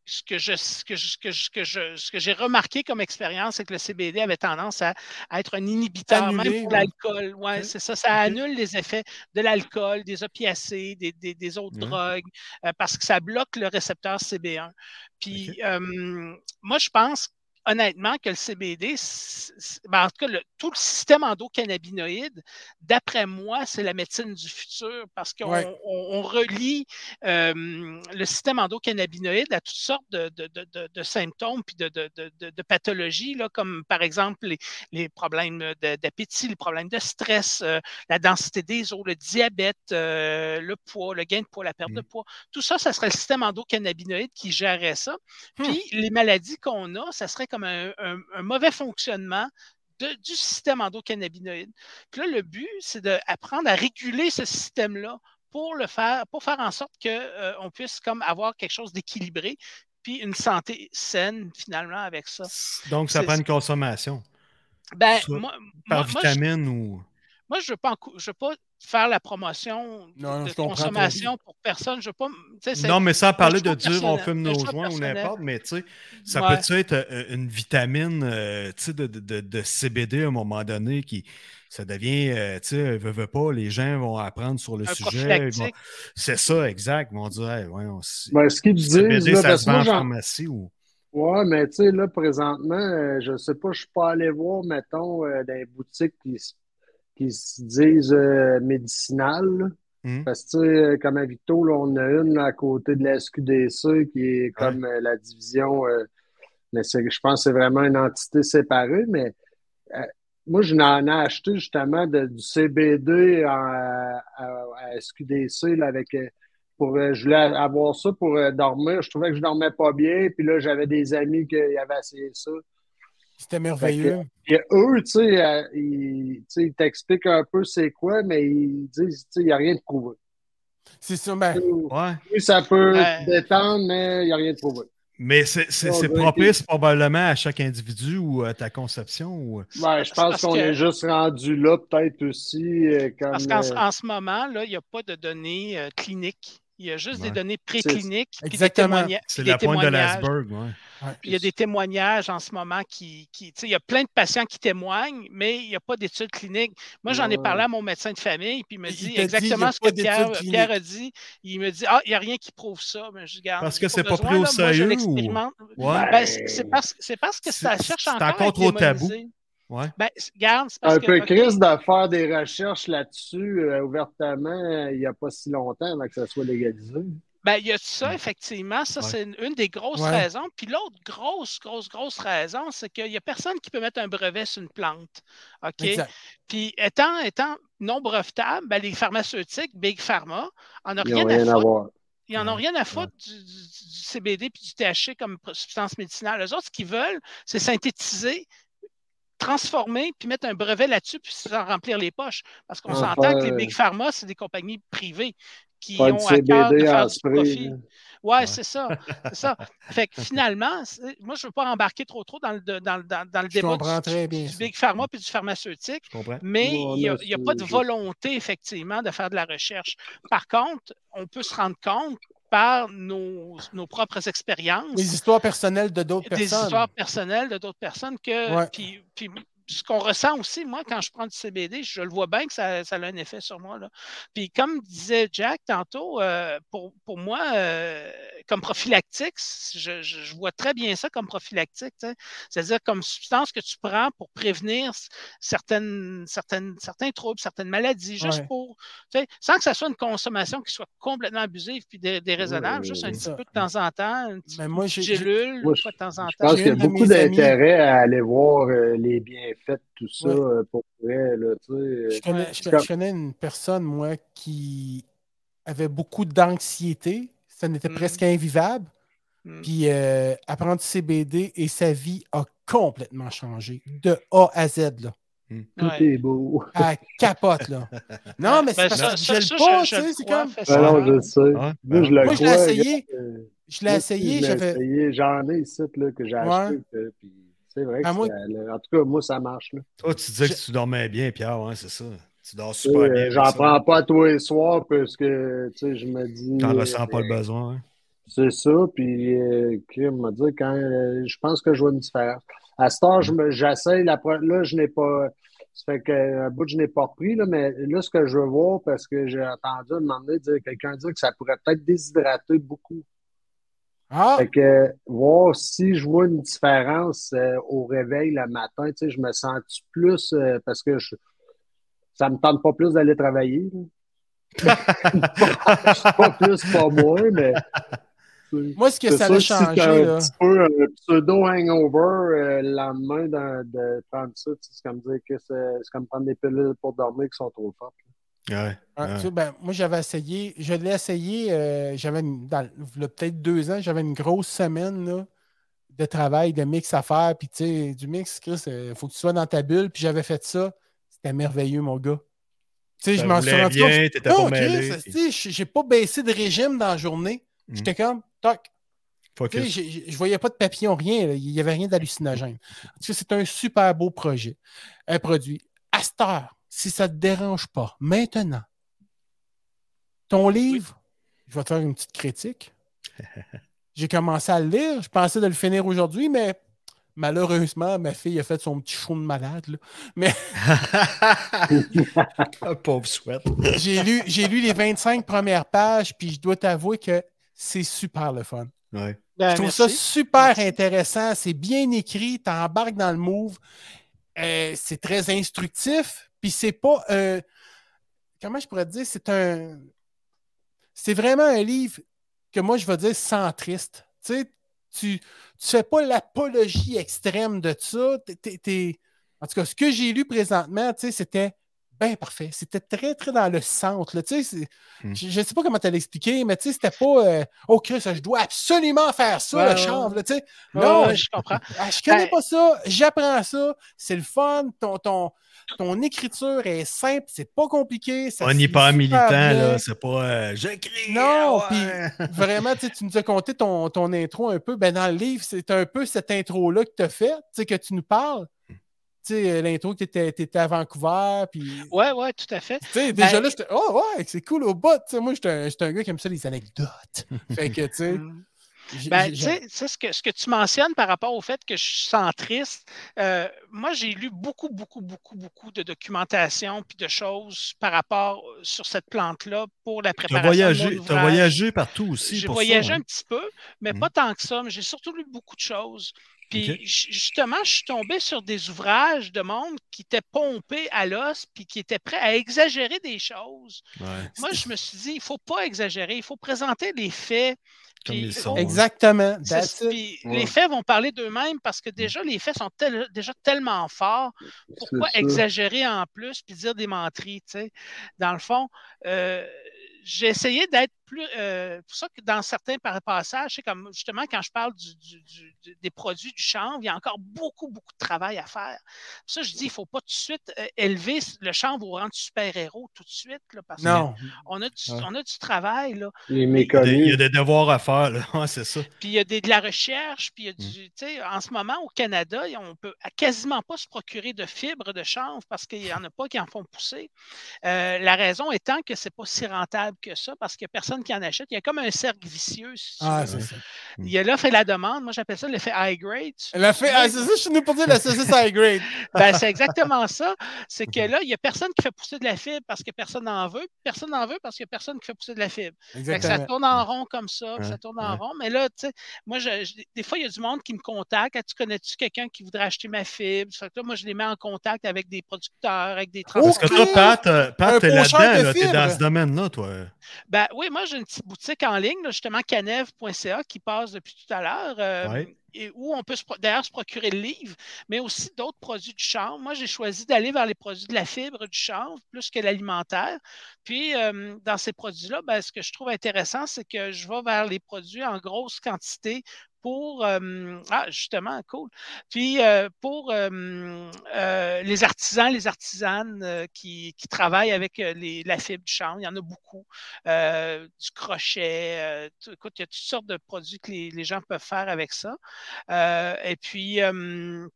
ce que je, ce que je, ce que je, ce que je, ce que j'ai remarqué comme expérience, c'est que le C B D avait tendance à, à être un inhibiteur, Annuler, même pour ouais. l'alcool. Ouais, Ok. c'est ça. Ça annule les effets de l'alcool, des opiacés, des, des, des autres Ouais. drogues, euh, parce que ça bloque le récepteur C B un. Puis, Ok. euh, moi, je pense honnêtement que le C B D, c'est- c'est- ben, en tout cas, le- tout le système endocannabinoïde, d'après moi, c'est la médecine du futur parce qu'on Ouais. on- on relie euh, le système endocannabinoïde à toutes sortes de, de- de- de- de symptômes puis de, de- de- de- de pathologies, là, comme par exemple les, les problèmes de- d'appétit, les problèmes de stress, euh, la densité des os, le diabète, euh, le poids, le gain de poids, la perte de Mm. poids. Tout ça, ça serait le système endocannabinoïde qui gérerait ça. Hmm. Puis les maladies qu'on a, ça serait comme un, un- un mauvais fonctionnement de- du système endocannabinoïde. Puis là, le but, c'est d'apprendre à réguler ce système-là pour le faire, pour faire en sorte qu'on euh, puisse comme avoir quelque chose d'équilibré, puis une santé saine finalement avec ça. Donc, ça C'est- prend une consommation. Ben, Soit moi, par moi, moi, je, vitamine ou. moi, je ne veux pas, enco- je veux pas faire la promotion de, Non, non, de je comprends très consommation pour personne. Je veux pas, tu sais, c'est Non, mais sans un parler de choix dire on personnel. fume Un nos choix joints ou personnel. n'importe, mais tu sais, ça Ouais. peut être euh, une vitamine euh, tu sais, de, de, de- de C B D à un moment donné qui ça devient, euh, tu sais, veut, veut pas, les gens vont apprendre sur le Un sujet. Ils vont- prophylactique. C'est ça, exact. Ils vont dire, hey, ouais, on, si- Ben, ce qu'ils du disent, C B D, là, ça parce se que vend moi, en j'en. pharmacie ou. Ouais, mais tu sais, là, présentement, euh, je sais pas, je suis pas allé voir, mettons, euh, des boutiques qui, s- qui se disent euh, médicinales, là. Hum, Parce que, tu sais, comme à Victo, là, on a une là, à côté de la S Q D C qui est Ouais. comme euh, la division, euh, mais c'est, je pense que c'est vraiment une entité séparée, mais euh, moi, je n'en ai acheté justement de- du C B D en- à, à S Q D C là, avec, euh, pour, euh, je voulais avoir ça pour euh, dormir. Je trouvais que je dormais pas bien, puis là, j'avais des amis qui avaient essayé ça. C'était Fait que, merveilleux. puis eux, tu sais, euh, ils, tu sais, ils t'expliquent un peu c'est quoi, mais ils disent, tu sais, il n'y a rien de prouvé. C'est ça, ben, Ouais. Oui, ça peut Ben, te détendre, mais il n'y a rien de prouvé. Mais c'est c'est- On c'est dirait propice probablement à chaque individu ou à ta conception. Ou... Ouais, je c'est pense parce qu'on que est juste rendu là, peut-être aussi, euh, Parce comme. qu'en euh, en ce moment, là, il n'y a pas de données euh, cliniques. Il y a juste des Ouais. données c'est précliniques puis des, exactement. témoigna- C'est puis des la pointe de témoignages. l'iceberg. Ouais. Ouais. Il y a des témoignages en ce moment qui. qui tu sais, il y a plein de patients qui témoignent, mais il n'y a pas d'études cliniques. Moi, j'en ai Ouais. parlé à mon médecin de famille, puis il me Il dit t'a dit, il y a exactement ce pas que d'études Pierre, cliniques. Pierre a dit. Il me dit ah, il n'y a rien qui prouve ça. Mais je garde. Parce j'ai que c'est pas besoin, pris au là. Moi, je sérieux ou. l'expérimente. Ouais. Ben, c'est c'est parce, c'est parce que ça C'est cherche c'est encore à encore être trop tabou. démonisé. Ouais. Ben, garde, c'est parce Un que. peu OK, Chris de faire des recherches là-dessus euh, ouvertement euh, il n'y a pas si longtemps avant que ça soit légalisé. ben, il y a ça, Mm. effectivement. Ça, Ouais. c'est une, une des grosses Ouais. raisons. Puis l'autre grosse, grosse, grosse raison, c'est qu'il n'y a personne qui peut mettre un brevet sur une plante. OK? Exact. Puis étant, étant non brevetable, ben, les pharmaceutiques, Big Pharma, en ont Ils n'ont rien à rien à foutre. voir. Ils n'en ont Ouais. rien à Ouais. foutre du, du- du C B D puis du T H C comme substance médicinale. Eux autres, ce qu'ils veulent, c'est synthétiser, transformer, puis mettre un brevet là-dessus, puis s'en remplir les poches. Parce qu'on En s'entend que les faire, Big Pharma, c'est des compagnies privées qui faire du ont à cœur de C B D faire en du spray. profit. là. Ouais, Ouais. c'est ça. C'est ça. Fait que finalement, c'est- moi, je ne veux pas embarquer trop trop dans le, de- dans, le- dans, dans le Je débat comprends du, très du- bien du ça. Big Pharma puis du pharmaceutique, Je comprends. mais Bon, il n'y a, là, il y a c'est pas de juste. volonté, effectivement, de faire de la recherche. Par contre, on peut se rendre compte par nos, nos propres expériences, Les histoires personnelles de d'autres des personnes. histoires personnelles de d'autres personnes que. Ouais. Puis, puis ce qu'on ressent aussi, moi, quand je prends du C B D, je le vois bien que ça, ça a un effet sur moi. Là. Puis comme disait Jack tantôt, euh, pour, pour moi, euh, comme prophylactique, je, je, je vois très bien ça comme prophylactique. tu sais. C'est-à-dire comme substance que tu prends pour prévenir certaines, certaines, certains troubles, certaines maladies, juste Ouais. pour, tu sais, sans que ça soit une consommation qui soit complètement abusive puis dé- déraisonnable, Ouais, juste un ouais, petit ça. peu de temps en temps, une petite Mais moi, j'ai, j'ai- gélule, Moi, une je, fois de temps en je temps. pense j'ai qu'il y a une de beaucoup mes amies. d'intérêt à aller voir euh, les bienfaits de tout ça Ouais. euh, pour vrai. Là, tu sais, euh, Je connais, Ouais. je, c'est comme- je connais une personne, moi, qui avait beaucoup d'anxiété. Ça n'était Mm. presque invivable. Mm. Puis euh, elle prend du C B D et sa vie a complètement changé. De A à Z, là. tout Ouais. est beau. Elle capote, là. Non, mais c'est Ben, parce ça, que ça, je ça, le pas, je- tu je sais, le c'est crois comme... Ben non, facilement. je sais. Ouais, Moi, ben je le Moi, je l'ai crois. essayé. regarde, euh, Je l'ai moi aussi, essayé, je l'ai j'avais... essayé. J'en ai ici là, que j'ai Ouais. acheté. que- puis c'est vrai que Ben, moi, ça- le- en tout cas, moi, ça marche. Là. Toi, tu disais Je- que tu dormais bien, Pierre, ouais, c'est ça. Tu dors Tu sais, super euh, bien. J'en avec ça. prends pas tous les soirs parce que tu sais, je me dis. T'en euh, ressens pas le besoin. hein. C'est ça, puis euh, Kim m'a dit quand euh, je pense que je vois une différence. À cette heure, je me- j'essaye la pro- là, je n'ai pas. Ça fait qu'un bout, je n'ai pas repris, là, mais là, ce que je veux voir, parce que j'ai entendu un moment donné dire quelqu'un dire que ça pourrait peut-être déshydrater beaucoup. Ah! Fait que voir si je vois une différence euh, au réveil le matin, tu sais, je me sens plus euh, parce que je, ça me tente pas plus d'aller travailler. Là. Pas plus, pas moins, mais. Moi, ce que C'est ça sûr a que si t'as changé, un là. petit peu un pseudo-hangover euh, le lendemain de, de prendre ça, tu sais, c'est comme dire que c'est c'est comme prendre des pilules pour dormir qui sont trop fortes. Ouais, Hein, tu ouais. sais, ben, moi, j'avais essayé, je l'ai essayé, euh, j'avais une- dans il y a peut-être deux ans, j'avais une grosse semaine là, de travail, de mix à faire, puis tu sais, du mix, Chris, il faut que tu sois dans ta bulle, puis j'avais fait ça. C'était merveilleux, mon gars. Tu sais, je Ça m'en suis roulait rendu compte. bien, t'étais pas Non, Chris, mêlé. tu Puis... sais, j'ai pas baissé de régime dans la journée. Mm. J'étais comme, toc. Tu sais, Focus. j'ai- j'ai- je voyais pas de papillon, rien. Là. Il y avait rien d'hallucinogène. En tout cas, c'est un super beau projet, un produit. À cette heure, si ça te dérange pas, maintenant, ton livre, je vais te faire une petite critique. J'ai commencé à le lire. Je pensais de le finir aujourd'hui, mais malheureusement, ma fille a fait son petit show de malade. Là. Mais Pauvre sweat. j'ai lu, j'ai lu les vingt-cinq premières pages, puis je dois t'avouer que c'est super le fun. Ouais. Ben, Je trouve merci. ça super Merci. intéressant. C'est bien écrit. Tu embarques dans le move. Euh, c'est très instructif. Puis c'est pas. Euh, comment je pourrais te dire? C'est un. C'est vraiment un livre que moi, je vais dire centriste. Tu sais, tu ne fais pas l'apologie extrême de ça. T'es, t'es, t'es... En tout cas, ce que j'ai lu présentement, tu sais, c'était bien parfait. C'était très, très dans le centre. Là. Tu sais, c'est... Mm. Je ne sais pas comment tu l'expliquer, mais tu sais, c'était pas euh, oh Chris, je dois absolument faire ça, Ouais, le ouais, chanvre. Là, tu sais. Ouais, Non, ouais, je comprends. ah, je connais Ben, pas ça, j'apprends ça, c'est le fun, ton, ton, ton écriture est simple, c'est pas compliqué, ça On se n'est lit pas super militant, bien. là. C'est pas euh, j'écris. Non, ah puis ouais. vraiment, tu sais, tu nous as conté ton, ton intro un peu. Ben, dans le livre, c'est un peu cette intro-là que tu as fait, tu sais, que tu nous parles. Tu sais, l'intro que tu étais à Vancouver, puis... ouais, ouais, tout à fait. Tu sais, déjà Ben, là, j'étais... Oh, ouais, c'est cool au bout. Tu sais, moi, j'étais un, j'étais un gars qui aime ça, les anecdotes. Fait que, tu sais... hum. j'ai- Ben, j'ai- tu j'ai- sais, tu sais, ce que, ce que tu mentionnes par rapport au fait que je suis centriste, euh, moi, j'ai lu beaucoup, beaucoup, beaucoup, beaucoup de documentation puis de choses par rapport euh, sur cette plante-là pour la Tu as préparation de mon voyagé, t'as ouvrage. voyagé partout aussi J'ai pour voyagé ça. un Hein? petit peu, mais Mhm. pas tant que ça. Mais j'ai surtout lu beaucoup de choses. Puis Ok. ju- justement, je suis tombé sur des ouvrages de monde qui étaient pompés à l'os puis qui étaient prêts à exagérer des choses. Ouais. Moi, je me suis dit, il ne faut pas exagérer, il faut présenter les faits. Comme Puis ils il sont. faut, hein. Exactement, c'est- that's it. puis Ouais. les faits vont parler d'eux-mêmes parce que déjà, les faits sont tel- déjà tellement forts. Pourquoi C'est ça. exagérer en plus puis dire des menteries, tu sais? Dans le fond, euh, j'ai essayé d'être plus. Euh, pour ça que dans certains par- passages, c'est comme justement quand je parle du, du- du- du- des produits du chanvre, il y a encore beaucoup, beaucoup de travail à faire. Pour ça, je dis, il ne faut pas tout de suite euh, élever le chanvre au rang de super-héros tout de suite, là, parce Non. qu'on a du, Ouais. on a du travail. Là. Il est Mais- Il y, a des, il y méconnu. a des devoirs à faire, là. Ouais, c'est ça. Puis il y a des, de la recherche, puis il y a Mm. du. Tu sais, en ce moment, au Canada, on ne peut quasiment pas se procurer de fibres de chanvre parce qu'il n'y en a pas qui en font pousser. Euh, la raison étant que ce n'est pas si rentable que ça parce qu'il n'y a personne qui en achète. Il y a comme un cercle vicieux, si tu Ah, veux. c'est Ouais. ça. Il y a l'offre et la demande. Moi, j'appelle ça l'effet high grade. La fait, ah, c'est ça, je suis venu pour dire la saucisse high grade. Ben, c'est exactement ça. C'est que là, il n'y a personne qui fait pousser de la fibre parce que personne n'en veut. Personne n'en veut parce qu'il n'y a personne qui fait pousser de la fibre. Fait que ça Exactement. tourne en rond comme ça, puis Ouais, ça tourne en ouais. rond. Mais là, tu sais, moi, je, je- des fois, il y a du monde qui me contacte. Ah, tu connais-tu quelqu'un qui voudrait acheter ma fibre? Fait que là, moi, je les mets en contact avec des producteurs, avec des Parce que transporteurs. toi, Pat, euh, Un Pat t'es pocheur là-dedans, de là. T'es dans fibres. ce domaine-là, toi. Ben oui, moi, j'ai une petite boutique en ligne, là, justement, canev point c a, qui passe depuis tout à l'heure, euh, Ouais. et où on peut se pro- d'ailleurs se procurer le livre, mais aussi d'autres produits du chanvre. Moi, j'ai choisi d'aller vers les produits de la fibre du chanvre plus que l'alimentaire. Puis, euh, dans ces produits-là, ben, ce que je trouve intéressant, c'est que je vais vers les produits en grosse quantité pour, euh, ah, justement, cool. Puis, euh, pour euh, euh, les artisans, les artisanes euh, qui, qui travaillent avec euh, les, la fibre du chanvre, il y en a beaucoup. Euh, du crochet, euh, tout- écoute, il y a toutes sortes de produits que les, les gens peuvent faire avec ça. Euh, et puis, euh,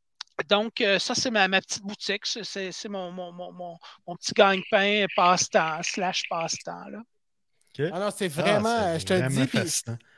donc, euh, ça, c'est ma, ma petite boutique. C'est, c'est- c'est mon, mon, mon, mon- mon petit gagne-pain passe-temps, slash passe-temps. Là. OK. Ah non, c'est Ah, vraiment, c'est je te vraiment dis, puis fascinant.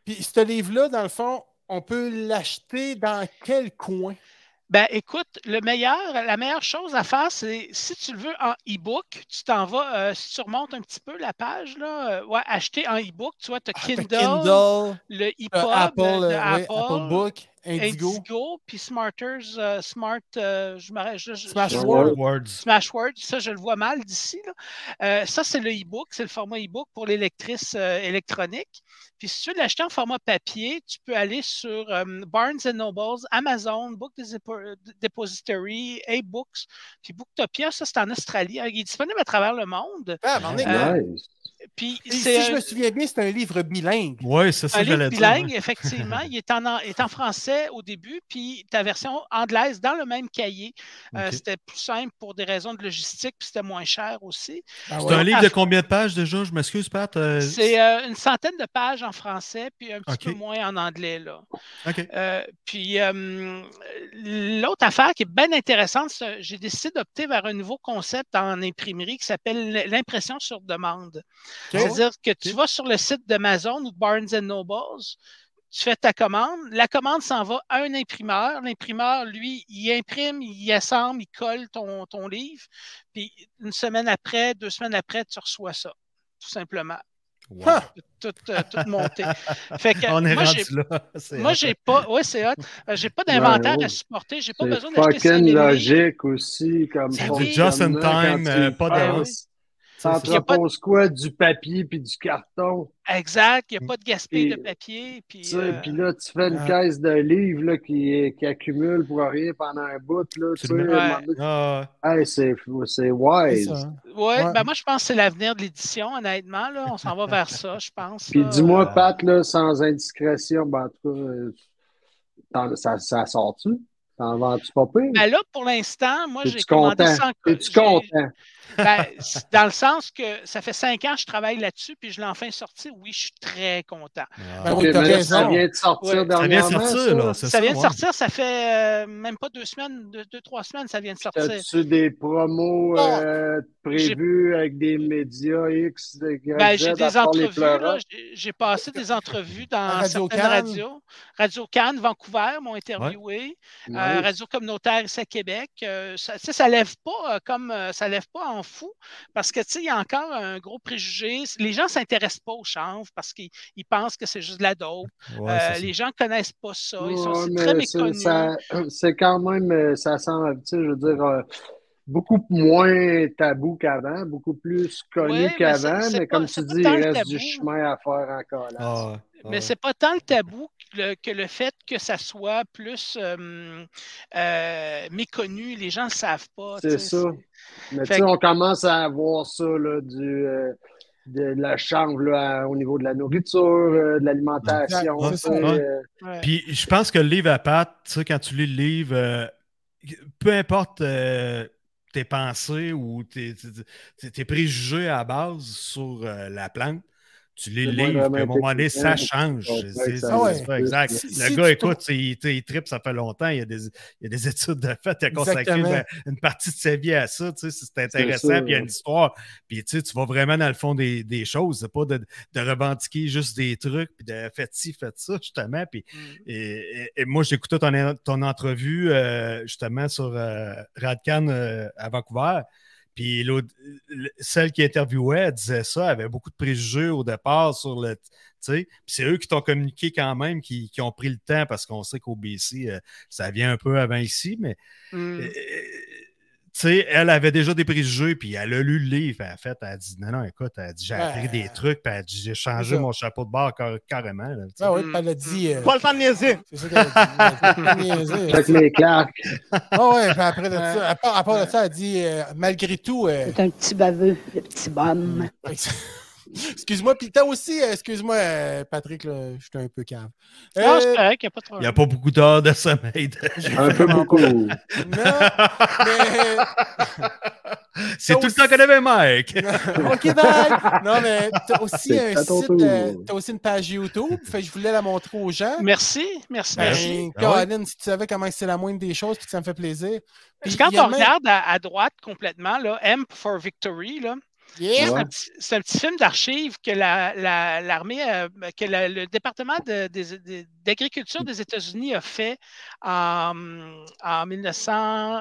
Puis ce livre-là, dans le fond, on peut l'acheter dans quel coin? Ben, écoute, le meilleur, la meilleure chose à faire, c'est si tu le veux en e-book, tu t'en vas, euh, si tu remontes un petit peu la page, là, euh, ouais, acheter en e-book, tu vois, tu as Ah, Kindle, Kindle, le euh, iPod Apple, de euh, Apple, oui, Apple Book, Indigo, Indigo, puis Smarters, euh, Smart, euh, je m'arrête, je- je- Smashword. Words. Smashword, ça, je le vois mal d'ici. là. Euh, ça, c'est le e-book, c'est le format e-book pour les lectrices euh, électroniques. Puis si tu veux l'acheter en format papier, tu peux aller sur euh, Barnes and Noble, Amazon, Book Depo- Depository, A-Books, puis Booktopia, ça, c'est en Australie. Il est disponible à travers le monde. Ah, ben, on est- Euh, Nice. Puis Et c'est si je un- me souviens bien, c'est un livre bilingue. Oui, c'est ça un que livre j'allais dire. bilingue, ouais. effectivement. Il est en, an- est en français au début, puis ta version anglaise dans le même cahier. Euh, Ok. C'était plus simple pour des raisons de logistique, puis c'était moins cher aussi. Ah C'est ouais. un livre à- de combien de pages déjà? Je m'excuse, Pat. euh, C'est euh, une centaine de pages en français, puis un petit Ok. peu moins en anglais. Là. OK. Euh, puis euh, l'autre affaire qui est bien intéressante, c'est, j'ai décidé d'opter vers un nouveau concept en imprimerie qui s'appelle l'impression sur demande. Ok. C'est-à-dire que tu vas sur le site d'Amazon ou de Barnes and Noble, tu fais ta commande, la commande s'en va à un imprimeur. L'imprimeur, lui, il imprime, il assemble, il colle ton, ton livre, puis une semaine après, deux semaines après, tu reçois ça, tout simplement. Wow. Ah! Tout, euh, tout monté. Fait que, On est moi, rendu j'ai, là. C'est moi, hot. j'ai pas. Oui, c'est hot. Euh, J'ai pas d'inventaire Ouais, ouais. à supporter. J'ai pas C'est besoin d'acheter cinq fucking mille livres. logique aussi comme C'est du oui. just in fonctionnement quand time, tu euh, y pas Ben oui. penses. Ça, c'est- Il y a pas de- T'entreposes quoi? Du papier puis du carton. Exact. Il n'y a pas de gaspille de Puis, papier. Puis, Tu sais, euh, puis là, tu fais une Ah. caisse de livres là, qui, qui accumule pour rien pendant un bout. Là, tu sais, Absolument. à un moment Ouais. donné, Ah, hey, c'est, c'est C'est wise. ça. ouais, Ouais. ben moi, je pense que c'est l'avenir de l'édition, honnêtement. Là. On s'en va vers ça, je pense. Puis là. dis-moi, Euh, Pat, là, sans indiscrétion, ben, en tout cas, euh, t'en- ça, ça sort-tu? T'en vends-tu pas pire? Ben là, pour l'instant, moi, j'ai Es-tu commandé content? sans. Es-tu j'ai- content? Ben, c- dans le sens que ça fait cinq ans que je travaille là-dessus, puis je l'ai enfin sorti. Oui, je suis très content. ah. Ben Ok, oui, t'as mais là, ça raison. vient de sortir Ouais. Ça vient de dernièrement, sortir, ça? là. C'est Ça ça, vient de ouais. sortir, ça fait euh, même pas deux semaines, deux, deux, trois semaines, ça vient de sortir. T'as-tu des promos Bon, euh, j'ai prévus avec des médias X, Y, Ben, Z, j'ai à des part les entrevues, là. pleurotes? J'ai, j'ai passé des entrevues dans Radio certaines Cannes. radios. Radio Cannes, Vancouver m'ont interviewé. Euh, Nice. Radio communautaire ici à Québec. Euh, ça, tu sais, ça lève pas euh, comme euh, ça lève pas en fou parce que tu sais, il y a encore un gros préjugé. Les gens ne s'intéressent pas au chanvre parce qu'ils ils pensent que c'est juste de la dope. Ouais, Euh, c'est ça. les gens ne connaissent pas ça. Ils sont, Ouais, c'est très mais c'est, méconnu. ça, c'est quand même, euh, ça sent, tu sais, je veux dire, euh, beaucoup moins tabou qu'avant, beaucoup plus connu Oui, mais c'est, qu'avant, c'est mais pas, comme c'est tu pas dis, tant il le reste tabou. du chemin à faire encore là. Ah, ouais. Ah, Mais ouais. c'est pas tant le tabou que le, que le fait que ça soit plus euh, euh, méconnu. Les gens ne le savent pas. tu C'est sais, ça. c'est- Mais tu Fait sais, que- on commence à avoir ça, là, du, euh, de la chambre, là, à- au niveau de la nourriture, euh, de l'alimentation, Ouais, tu sais, c'est ça. ouais. euh, ouais. Puis je pense que le livre à Pat, tu sais, quand tu lis le livre, euh, peu importe euh, tes pensées ou tes, tes, tes préjugés à base sur euh, la plante, tu lis c'est le moins livre, puis à un moment donné, dramatique, ça hein, change. tu C'est comprends que c'est- ça Ah ouais. c'est pas exact. Si- Le si gars, tu écoute, c'est- il, il trippe, ça fait longtemps. Il y a des, il y a des études de fait. Il a consacré Exactement. ben, une partie de sa vie à ça. Tu sais, c'est C'est intéressant. ça, Puis il y a ouais. une histoire. Puis tu sais, tu vas vraiment dans le fond des, des choses. C'est pas de, de revendiquer juste des trucs, puis de faites ci, faites ça, justement. Puis, Mm. et, et- et moi, j'écoutais ton, ton entrevue, euh, justement, sur euh, Radcan euh, à Vancouver. Puis l'autre- le- celle qui interviewait, elle disait ça, elle avait beaucoup de préjugés au départ sur le. Tu sais, puis c'est eux qui t'ont communiqué quand même, qui, qui ont pris le temps, parce qu'on sait qu'au B C, euh, ça vient un peu avant ici, mais Mm. euh, tu sais, elle avait déjà des préjugés, puis elle a lu le livre, elle a fait, elle a dit, non, non, écoute, elle a dit, j'ai appris Ouais. des trucs, puis elle a dit, j'ai changé C'est ça. mon chapeau de bord car- carrément. Là, tu sais. Ah oui, Mm. elle a dit. euh, Pas le temps de niaiser. c'est ça qu'elle a dit. Elle a dit, pas niaiser. Check les claques. Ah ouais, puis après de ça, à part, à part de ça, elle dit euh, malgré tout. euh, C'est un petit baveux, le petit bum. Excuse-moi, puis t'as aussi, euh, excuse-moi, euh, Patrick, là, je suis un peu cave. Non, Euh, c'est correct, il n'y a pas de Il n'y problème. a pas beaucoup d'heures de sommeil. Un peu beaucoup. non, mais. C'est T'as tout aussi- le temps qu'on avait Mike. OK, bye! Non, mais t'as aussi C'est un à ton site, tour. euh, t'as aussi une page YouTube, fait que je voulais la montrer aux gens. Merci, merci, Ben, merci. Ah ouais. Colin, si tu savais comment c'est la moindre des choses, puis que ça me fait plaisir. Puis Parce que quand il y a on même- regarde à, à droite complètement, là, M for Victory, là, Yeah! C'est Ouais. un petit, c'est un petit film d'archives que la, la- l'armée, a- que la- le département de- des- des- d'agriculture des États-Unis a fait en, en dix-neuf cent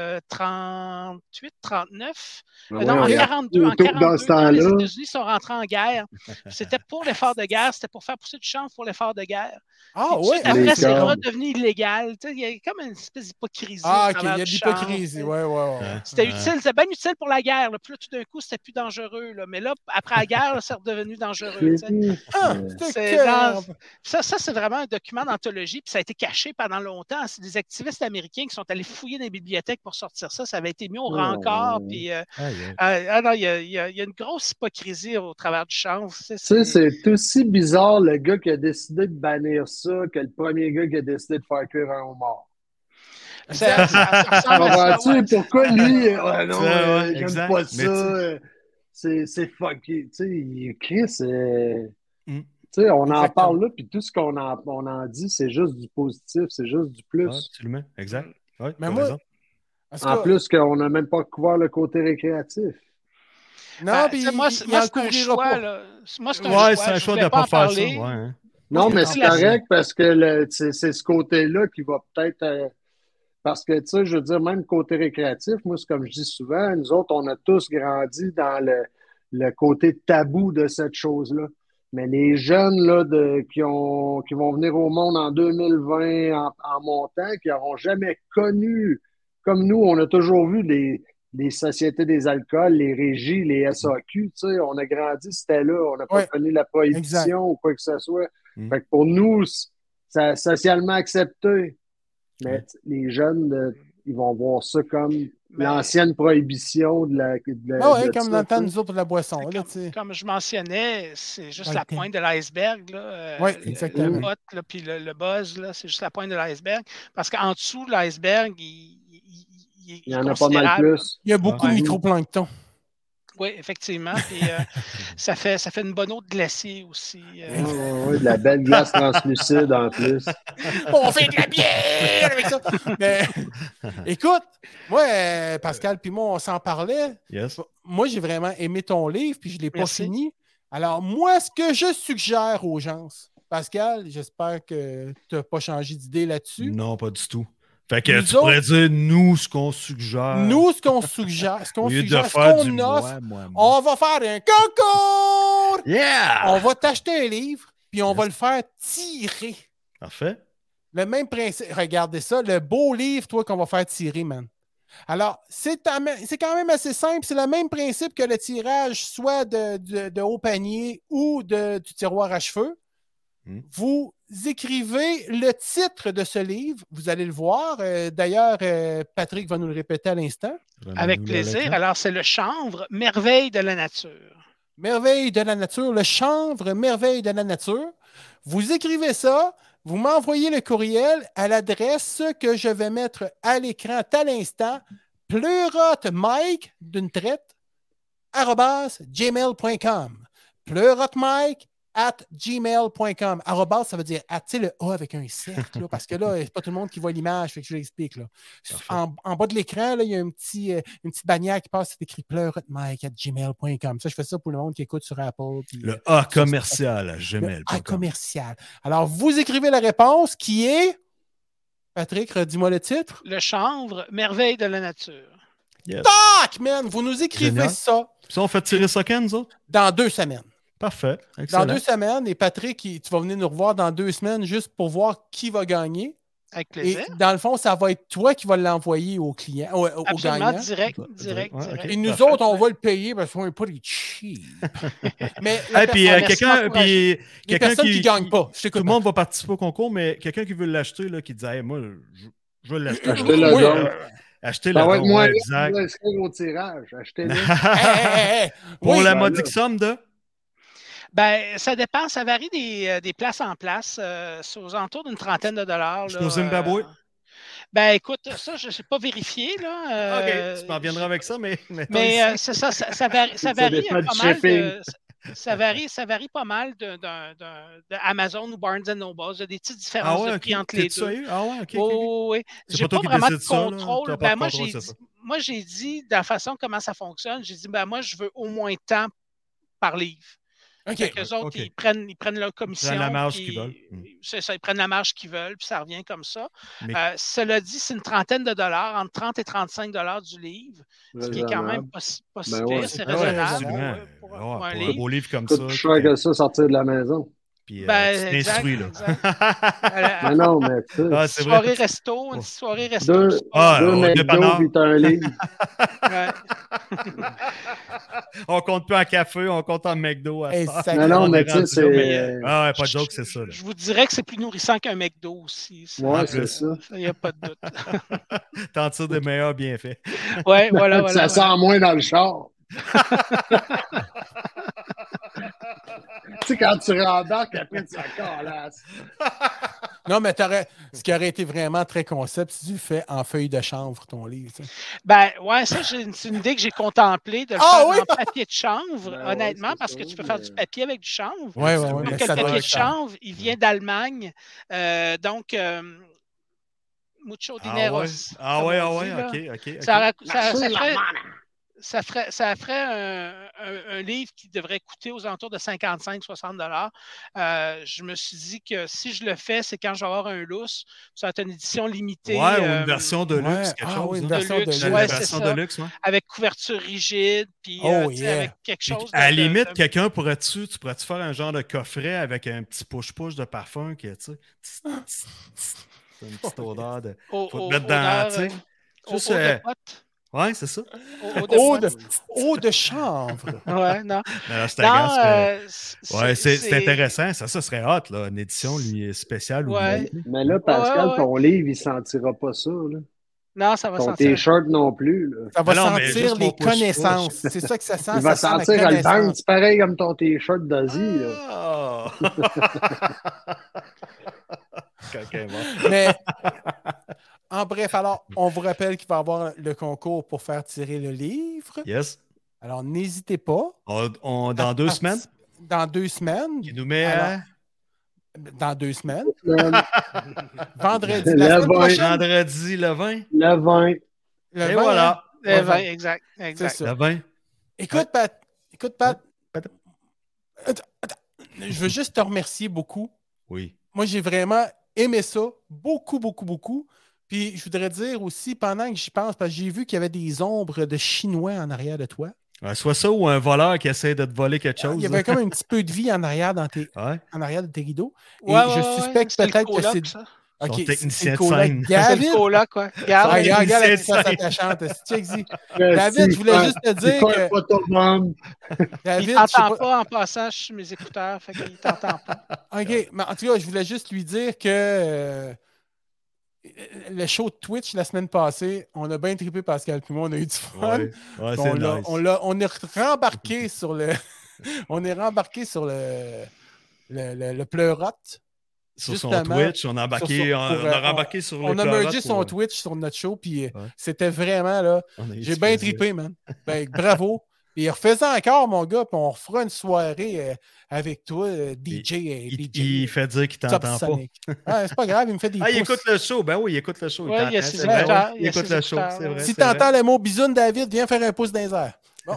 trente-huit trente-neuf. Ben Euh, non, ouais, en on est quarante-deux. En autour dans ce quarante-deux, quand les temps-là. États-Unis sont rentrés en guerre, c'était pour l'effort de guerre, c'était pour faire pousser du chanvre pour l'effort de guerre. Ah Puis tout de ouais! suite ah, après, Les c'est cordes. redevenu illégal. Tu sais, il y a comme une espèce d'hypocrisie. Ah, au ok, il travers y a de du chanvre, l'hypocrisie. tu sais. Ouais, ouais, ouais. Ouais. C'était Ouais. utile, c'était bien utile pour la guerre. Là. Puis là, tout d'un coup, c'était plus dangereux. Là. Mais là, après la guerre, là, c'est redevenu dangereux. tu sais. Ah, Euh, c'était C'est que- dans- Ça, ça c'est vraiment un document d'anthologie, puis ça a été caché pendant longtemps. C'est des activistes américains qui sont allés fouiller dans les bibliothèques pour sortir ça. Ça avait été mis au Oh, rencard. ouais. Puis, euh, Aïe, aïe. euh, ah non, il y a, il y a- il y a une grosse hypocrisie au travers du chanvre. C'est- Tu sais, c'est- c'est aussi bizarre le gars qui a décidé de bannir ça que le premier gars qui a décidé de faire cuire un homard. ça- ça- ça ressemble à ça, Comprends-tu? ouais. Pourquoi lui, euh, ouais, non, Ça, euh, ouais, j'aime exact. pas Mais ça, tu- euh, c'est, c'est fucké. Tu sais, il- Chris, euh, Mm. tu sais, on en Exactement. parle là, puis tout ce qu'on en, on en dit, c'est juste du positif, c'est juste du plus. Ouais, absolument. Exact. Ouais, Mais t'as moi, raison. En tout En cas, plus qu'on n'a même pas couvert le côté récréatif. non, Ben, puis tu sais, moi, il- c'est il moi, en c'est un couvrira choix. pas. Là. Moi, c'est un Ouais, choix. c'est un Je choix de voulais ne pas en faire ça. parler. Ouais, hein. Non, c'est mais dans c'est la- correct parce que le- c'est c'est ce côté-là qui va peut-être. euh, parce que, tu sais, je veux dire, même côté récréatif, moi, c'est comme je dis souvent, nous autres, on a tous grandi dans le, le côté tabou de cette chose-là. Mais les jeunes là, de, qui, ont, qui vont venir au monde en deux mille vingt en, en montant, qui n'auront jamais connu, comme nous, on a toujours vu les, les sociétés des alcools, les régies, les S A Q, tu sais, on a grandi, c'était là, on n'a pas Ouais, connu la prohibition exact. ou quoi que ce soit. Mm. Fait que pour nous, c'est socialement accepté. Mais Ouais. t- les jeunes, de- ils vont voir ça comme Mais- l'ancienne prohibition de la. De, la- Ah ouais, de comme ça, dans le temps, tu sais. nous autres, pour de la boisson. Là, Comme, tu sais. comme je mentionnais, c'est juste Dans la le temps. pointe de l'iceberg. Là, euh, Ouais, le- exactement. Le pot, là, puis le, le buzz, là, c'est juste la pointe de l'iceberg. Parce qu'en dessous de l'iceberg, il, il, il- Il y est en a pas mal considérable. plus. Il y a beaucoup Ouais. de microplancton. Oui, effectivement. Puis, euh, ça, fait, ça fait une bonne eau de glacier aussi. euh. Ouais, ouais, ouais, de la belle glace translucide en plus. On fait de la bière avec ça. Mais écoute, moi, euh, Pascal, puis moi, on s'en parlait. Yes. Moi, j'ai vraiment aimé ton livre, puis je ne l'ai pas Merci. fini. Alors, moi, ce que je suggère aux gens, Pascal, j'espère que tu n'as pas changé d'idée là-dessus. Non, pas du tout. Fait que Nous tu pourrais autres- dire, nous, ce qu'on suggère. Nous, ce qu'on suggère, ce qu'on au lieu de suggère, ce faire qu'on du offre, moi, moi, moi. on va faire un concours! Yeah! On va t'acheter un livre, puis on va le faire tirer. Parfait. Le même principe. Regardez ça, le beau livre, toi, qu'on va faire tirer, man. Alors, c'est am- c'est quand même assez simple. C'est le même principe que le tirage, soit de, de- de haut panier ou de, du tiroir à cheveux. Hmm. Vous écrivez le titre de ce livre. Vous allez le voir. Euh, D'ailleurs, euh, Patrick va nous le répéter à l'instant. Avec Remets-nous plaisir. l'écran. Alors, c'est le chanvre, merveille de la nature. Merveille de la nature, le chanvre, merveille de la nature. Vous écrivez ça, vous m'envoyez le courriel à l'adresse que je vais mettre à l'écran à l'instant, pleurotemike d'une traite, arrobas, gmail point com. Pleurotemike at gmail point com. Arrobas, ça veut dire at, tu sais, le A avec un cercle, là, parce que là, c'est pas tout le monde qui voit l'image, fait que je l'explique. Là. En, en bas de l'écran, là, il y a un petit, euh, une petite bannière qui passe, c'est écrit pleurotemike at gmail point com. Ça, je fais ça pour le monde qui écoute sur Apple. Puis, Le euh, A commercial à le gmail. A commercial. Alors, vous écrivez la réponse qui est. Patrick, redis-moi le titre. Le chanvre, merveille de la nature. Yes. Tac, man! Vous nous écrivez Génial. ça Ça, on fait tirer ça quand, nous autres? dans deux semaines. Parfait. Dans Excellent. deux semaines, et Patrick, il- tu vas venir nous revoir dans deux semaines juste pour voir qui va gagner. Avec Et plaisir. dans le fond, ça va être toi qui vas l'envoyer au client, au, au Absolument, gagnant. direct, Ouais, direct, ouais, direct. ok. Et nous Parfait. autres, on va le payer parce qu'on n'est pas des cheap. Mais la Et puis, personne- euh, merci quelqu'un, d'encourager. puis, les quelqu'un personnes qui ne gagnent pas, je Tout t'écoute. le monde va participer au concours, mais quelqu'un qui veut l'acheter, là, qui dit hey, moi, je, je veux l'acheter. Achetez le Oui, don. euh, Acheter le Ça va don, être moins ouais, long exact. pour inscrire au tirage. Achetez-le. hey, hey, hey, Pour oui, la ben modique là. somme de. Ben, ça dépend, ça varie des, euh, des places en place. Euh, c'est aux alentours d'une trentaine de dollars. C'est là, au Zimbabwe? euh, Ben, écoute, ça, je ne sais pas vérifié. Là, euh, OK, tu m'en viendras avec ça, mais. mettons Mais ici. euh, c'est ça, ça, ça varie, ça Ça varie dépend euh, du pas mal shipping. de, ça, varie, ça varie pas mal de, de, de- de Amazon ou Barnes and Noble. Il y a des petites Ah différences ouais, de ok. prix entre les T'es deux. sérieux? Ah ouais, ok. ok, ok. Oh, oui. C'est J'ai pas pas, toi qui vraiment de décides ça, là. contrôle. T'as pas Ben, de moi, contrôle, j'ai c'est dit- ça. moi, j'ai dit, de la façon comment ça fonctionne, j'ai dit, ben moi, je veux au moins tant par livre. OK. Fait qu'eux autres, OK. ils, prennent, ils prennent leur commission. Ils prennent la marge puis- qu'ils veulent. Mm. C'est ça, ils prennent la marge qu'ils veulent, puis ça revient comme ça. Mais- Euh, cela dit, c'est une trentaine de dollars, entre trente et trente-cinq dollars du livre, ce qui est quand même Raisonnable. pas, si- pas si Ben pire, ouais. c'est Ouais, raisonnable Absolument. pour, Ouais, pour un pour un livre. beau livre comme Coûte ça. plus cher qui- que ça, sortir de la maison. Puis, euh, Ben, tu t'instruis, là. exact, À la- Mais non, mais tu sais, Ah, c'est vrai. soirée resto, une soirée resto. deux, c'est pas Ah, deux au McDo dépanneur. puis t'as un livre. Ouais. On compte plus en café, on compte en McDo. À Hey, ça. sac- Non, non, On mais est tu sais, rendu c'est. là, mais- euh, Ah, ouais, pas de joke, c'est ça. là. Je vous dirais que c'est plus nourrissant qu'un McDo aussi. ça. Ouais, En c'est plus. ça. Il n'y a pas de doute. T'en tires des meilleurs bienfaits. Ouais, voilà, voilà. ça voilà. sent moins dans le char. Tu sais, quand tu rembarques, après, tu calasse. Non, mais t'aurais... ce qui aurait été vraiment très concept, si tu le fais en feuille de chanvre, ton livre. tu sais. Ben, ouais, ça, j'ai- c'est une idée que j'ai contemplée de le Ah faire oui? en papier de chanvre, Ben ouais, honnêtement, c'est parce ça, que tu peux mais- faire du papier avec du chanvre. Ouais, ouais, Sauf ouais. Sauf mais que ça le doit papier être de cher. chanvre, il vient d'Allemagne. Euh, donc, euh, mucho Ah dineros. ouais, ah comme ouais, on ah ouais, dit, là. ok, ok. ok. Ça, ra- ça- Merci, ça la ferait, mana. ça ferait, ça ferait un, un- un livre qui devrait coûter aux alentours de cinquante-cinq à soixante dollars. Euh, je me suis dit que si je le fais, c'est quand je vais avoir un lousse. Ça va être une édition limitée. Ouais, ou euh, une version de luxe, Ouais, quelque ah chose. oui, une hein. version de luxe, La- luxe. la ouais, c'est version ça. de luxe, ouais. avec couverture rigide, puis Oh, euh, tu sais, yeah. avec quelque Puis, chose de... à la de- limite, de- quelqu'un pourrait-tu, tu pourrais-tu faire un genre de coffret avec un petit push-push de parfum qui, tu sais, tss, tss, tss, c'est une petite odeur de. au- Faut te au- mettre dans, odeur, tu sais. euh, Juste, eau- eau de euh, pote. Ouais, c'est ça. Eau- eau de Eau de, pote. eau de chanvre. Ouais, non. Mais là, je Non, t'agace que- euh, c'est- Ouais, c'est c'est intéressant. Ça, ça serait hot, là, une édition lui, spéciale. ou Ouais. limitée. Mais là, Pascal, Ouais, ouais, ton livre, il sentira pas ça. Là. Non, ça va Ton sentir. T-shirt non plus. Là. Ça va Ah non, mais sentir juste les mon push-push. connaissances. C'est ça que ça sent. Il va ça sent la sentir à le vendre. connaissance. C'est pareil comme ton T-shirt d'Asie. là. Ah! Quelqu'un va. Mais en bref, alors, on vous rappelle qu'il va y avoir le concours pour faire tirer le livre. Yes. Alors, n'hésitez pas. On, on- dans à deux participer- semaines, Dans deux semaines. qui nous met Alors, à Dans deux semaines. Le, Vendredi. Le La semaine vingt. prochaine. vendredi le vingt. le vingt. Le Et vingt, voilà. hein? Le Ouais, vin, vingt. exact. exact. C'est ça. Le vingt. Écoute, Pat. Écoute, Pat. Pat. Attends, attends. Je veux juste te remercier beaucoup. Oui. Moi, j'ai vraiment aimé ça. Beaucoup, beaucoup, beaucoup. Puis, je voudrais dire aussi, pendant que j'y pense, parce que j'ai vu qu'il y avait des ombres de Chinois en arrière de toi. Ouais, soit ça ou un voleur qui essaie de te voler quelque chose. Il y avait comme un petit peu de vie en arrière, dans tes, Ouais. en arrière de tes rideaux. Et Ouais, je ouais, ouais, suspecte c'était le peut-être que coloc, c'est... ça. Son Ok, technicien c'est le de coloc. scène. C'est David, le coloc, quoi. ah, Regarde. regarde, regarde la technicien de puissance scène. attachante. Check-y. David, je voulais juste te dire C'est que- pas autonome. David, Il je sais t'entend pas- pas en passant sur mes écouteurs, fait qu'il t'entend pas. OK, mais en tout cas, je voulais juste lui dire que euh, le show de Twitch la semaine passée, on a bien trippé Pascal puis moi, on a eu du fun. Ouais, ouais, on, c'est l'a- nice. on, l'a- on est rembarqué sur le on est rembarqué sur le le, le, le pleurote. Sur son justement, Twitch, on a embarqué, sur son- on, pour, on a euh, rembarqué sur le On a pleurote mergé son pour- Twitch sur notre show, puis euh, Ouais. c'était vraiment là. on a eu J'ai du bien plaisir. trippé, man. Ben, bravo. Et refais-en encore, mon gars, puis on refera une soirée euh, avec toi, euh, D J. et Il, D J il fait dire qu'il Top t'entend pas. Sonic. Ah, c'est pas grave, il me fait des Ah, il pouces. écoute le show. Ben oui, il écoute le show. Ouais, il y a t'entend, ses c'est vrai. écouteurs, Il il y a écoute ses le show, écouteurs, c'est vrai. ouais. Si c'est vrai. t'entends le mot bisoune, David, viens faire un pouce dans les airs. Bon.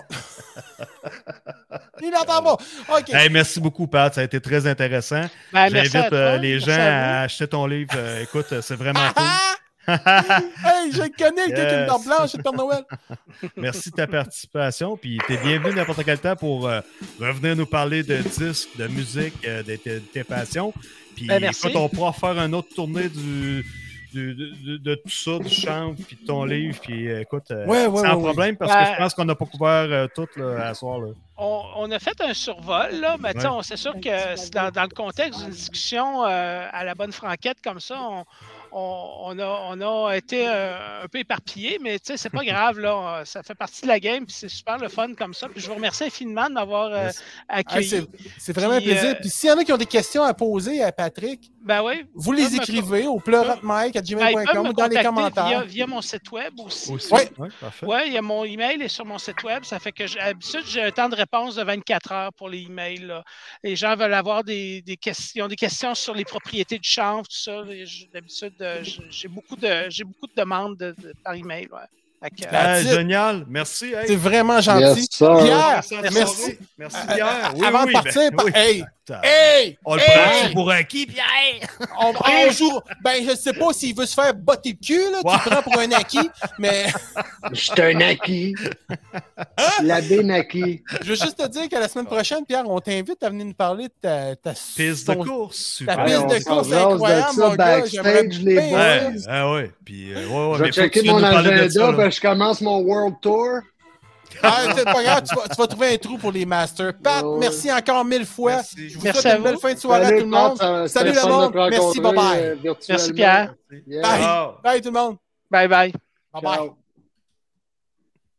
Il n'entend pas. OK. Hey, merci beaucoup, Pat. Ça a été très intéressant. Ben, merci J'invite à toi, euh, les merci gens à à, vous. acheter ton livre. Euh, écoute, euh, c'est vraiment cool. Hey, je le connais, le gars qui a une Yes. barbe blanche, c'est le Père Noël. Merci de ta participation. Puis t'es bienvenu n'importe quel temps pour euh, revenir nous parler de disques, de musique, euh, de, tes- de tes passions. Puis Ben, merci. écoute, on pourra faire une autre tournée du, du- de, de- de tout ça, du chant, puis de ton livre. Puis euh, écoute, euh, Ouais, ouais, sans ouais, problème, parce Ben, que je pense qu'on n'a pas couvert euh, tout là, à soir. Là. On, on a fait un survol, là, mais tu sais, Ouais. on- c'est sûr que c'est dans, dans le contexte d'une discussion euh, à la bonne franquette comme ça, on, on, on a, on a été euh, un peu éparpillés, mais tu sais, c'est pas grave, là, ça fait partie de la game, puis c'est super le fun comme ça. Puis je vous remercie infiniment de m'avoir euh, Yes. Ah, accueilli. c'est, c'est vraiment un Puis, plaisir. euh, Puis s'il y en a qui ont des questions à poser à Patrick, ben oui. vous les peuvent me- écrivez au pleurotemike à Ben, ils gmail point peuvent com me ou dans les contacter commentaires. Via, via mon site web aussi. Aussi. Ouais. Ouais, parfait. Oui, il y a mon email est sur mon site web. Ça fait que j'ai- d'habitude, j'ai un temps de réponse de vingt-quatre heures pour les emails. Là. Les gens veulent avoir des, des questions, des questions sur les propriétés du chanvre, tout ça. Et je- D'habitude, euh, j'ai j'ai beaucoup de j'ai beaucoup de demandes de- de- par email. Ouais. Fait que, euh, Ah, That's it. génial. Merci. Hey. C'est vraiment gentil. Yes, sir. Pierre, Merci. merci. Merci, Euh, Pierre. Oui, avant oui, de partir, ben, par- oui. hey, Putain. hey, On le hey, prend pour acquis, Pierre. on, on joue. Ben, je sais pas s'il veut se faire botter le cul, là, tu Ouais. le prends pour un acquis, mais Je suis un acquis. L'abbé Naki. je veux juste te dire que la semaine prochaine, Pierre, on t'invite à venir nous parler de ta, ta Piste de ton- course. ta Super. piste on de s'en course jase de incroyable, ça mon gars. backstage, J'aimerais les bien boys. ça. Ouais, ah ouais. Puis, euh, ouais, ouais, Je vais mais faut que checker tu viennes mon nous parler de agenda ça, là. parce que je commence mon World Tour. Ah, c'est pas grave, tu vas, tu vas trouver un trou pour les Masters. Pat, Ouais. merci encore mille fois. Merci. Je vous Merci souhaite à une belle vous. fin de soirée à tout le monde. Pat, ça- Salut c'était le fun de monde. te Merci, rencontrer, bye bye. euh, virtuellement. Merci, Pierre. Yeah. Bye. Ciao. Bye tout le monde. Bye bye. Bye bye. Ciao.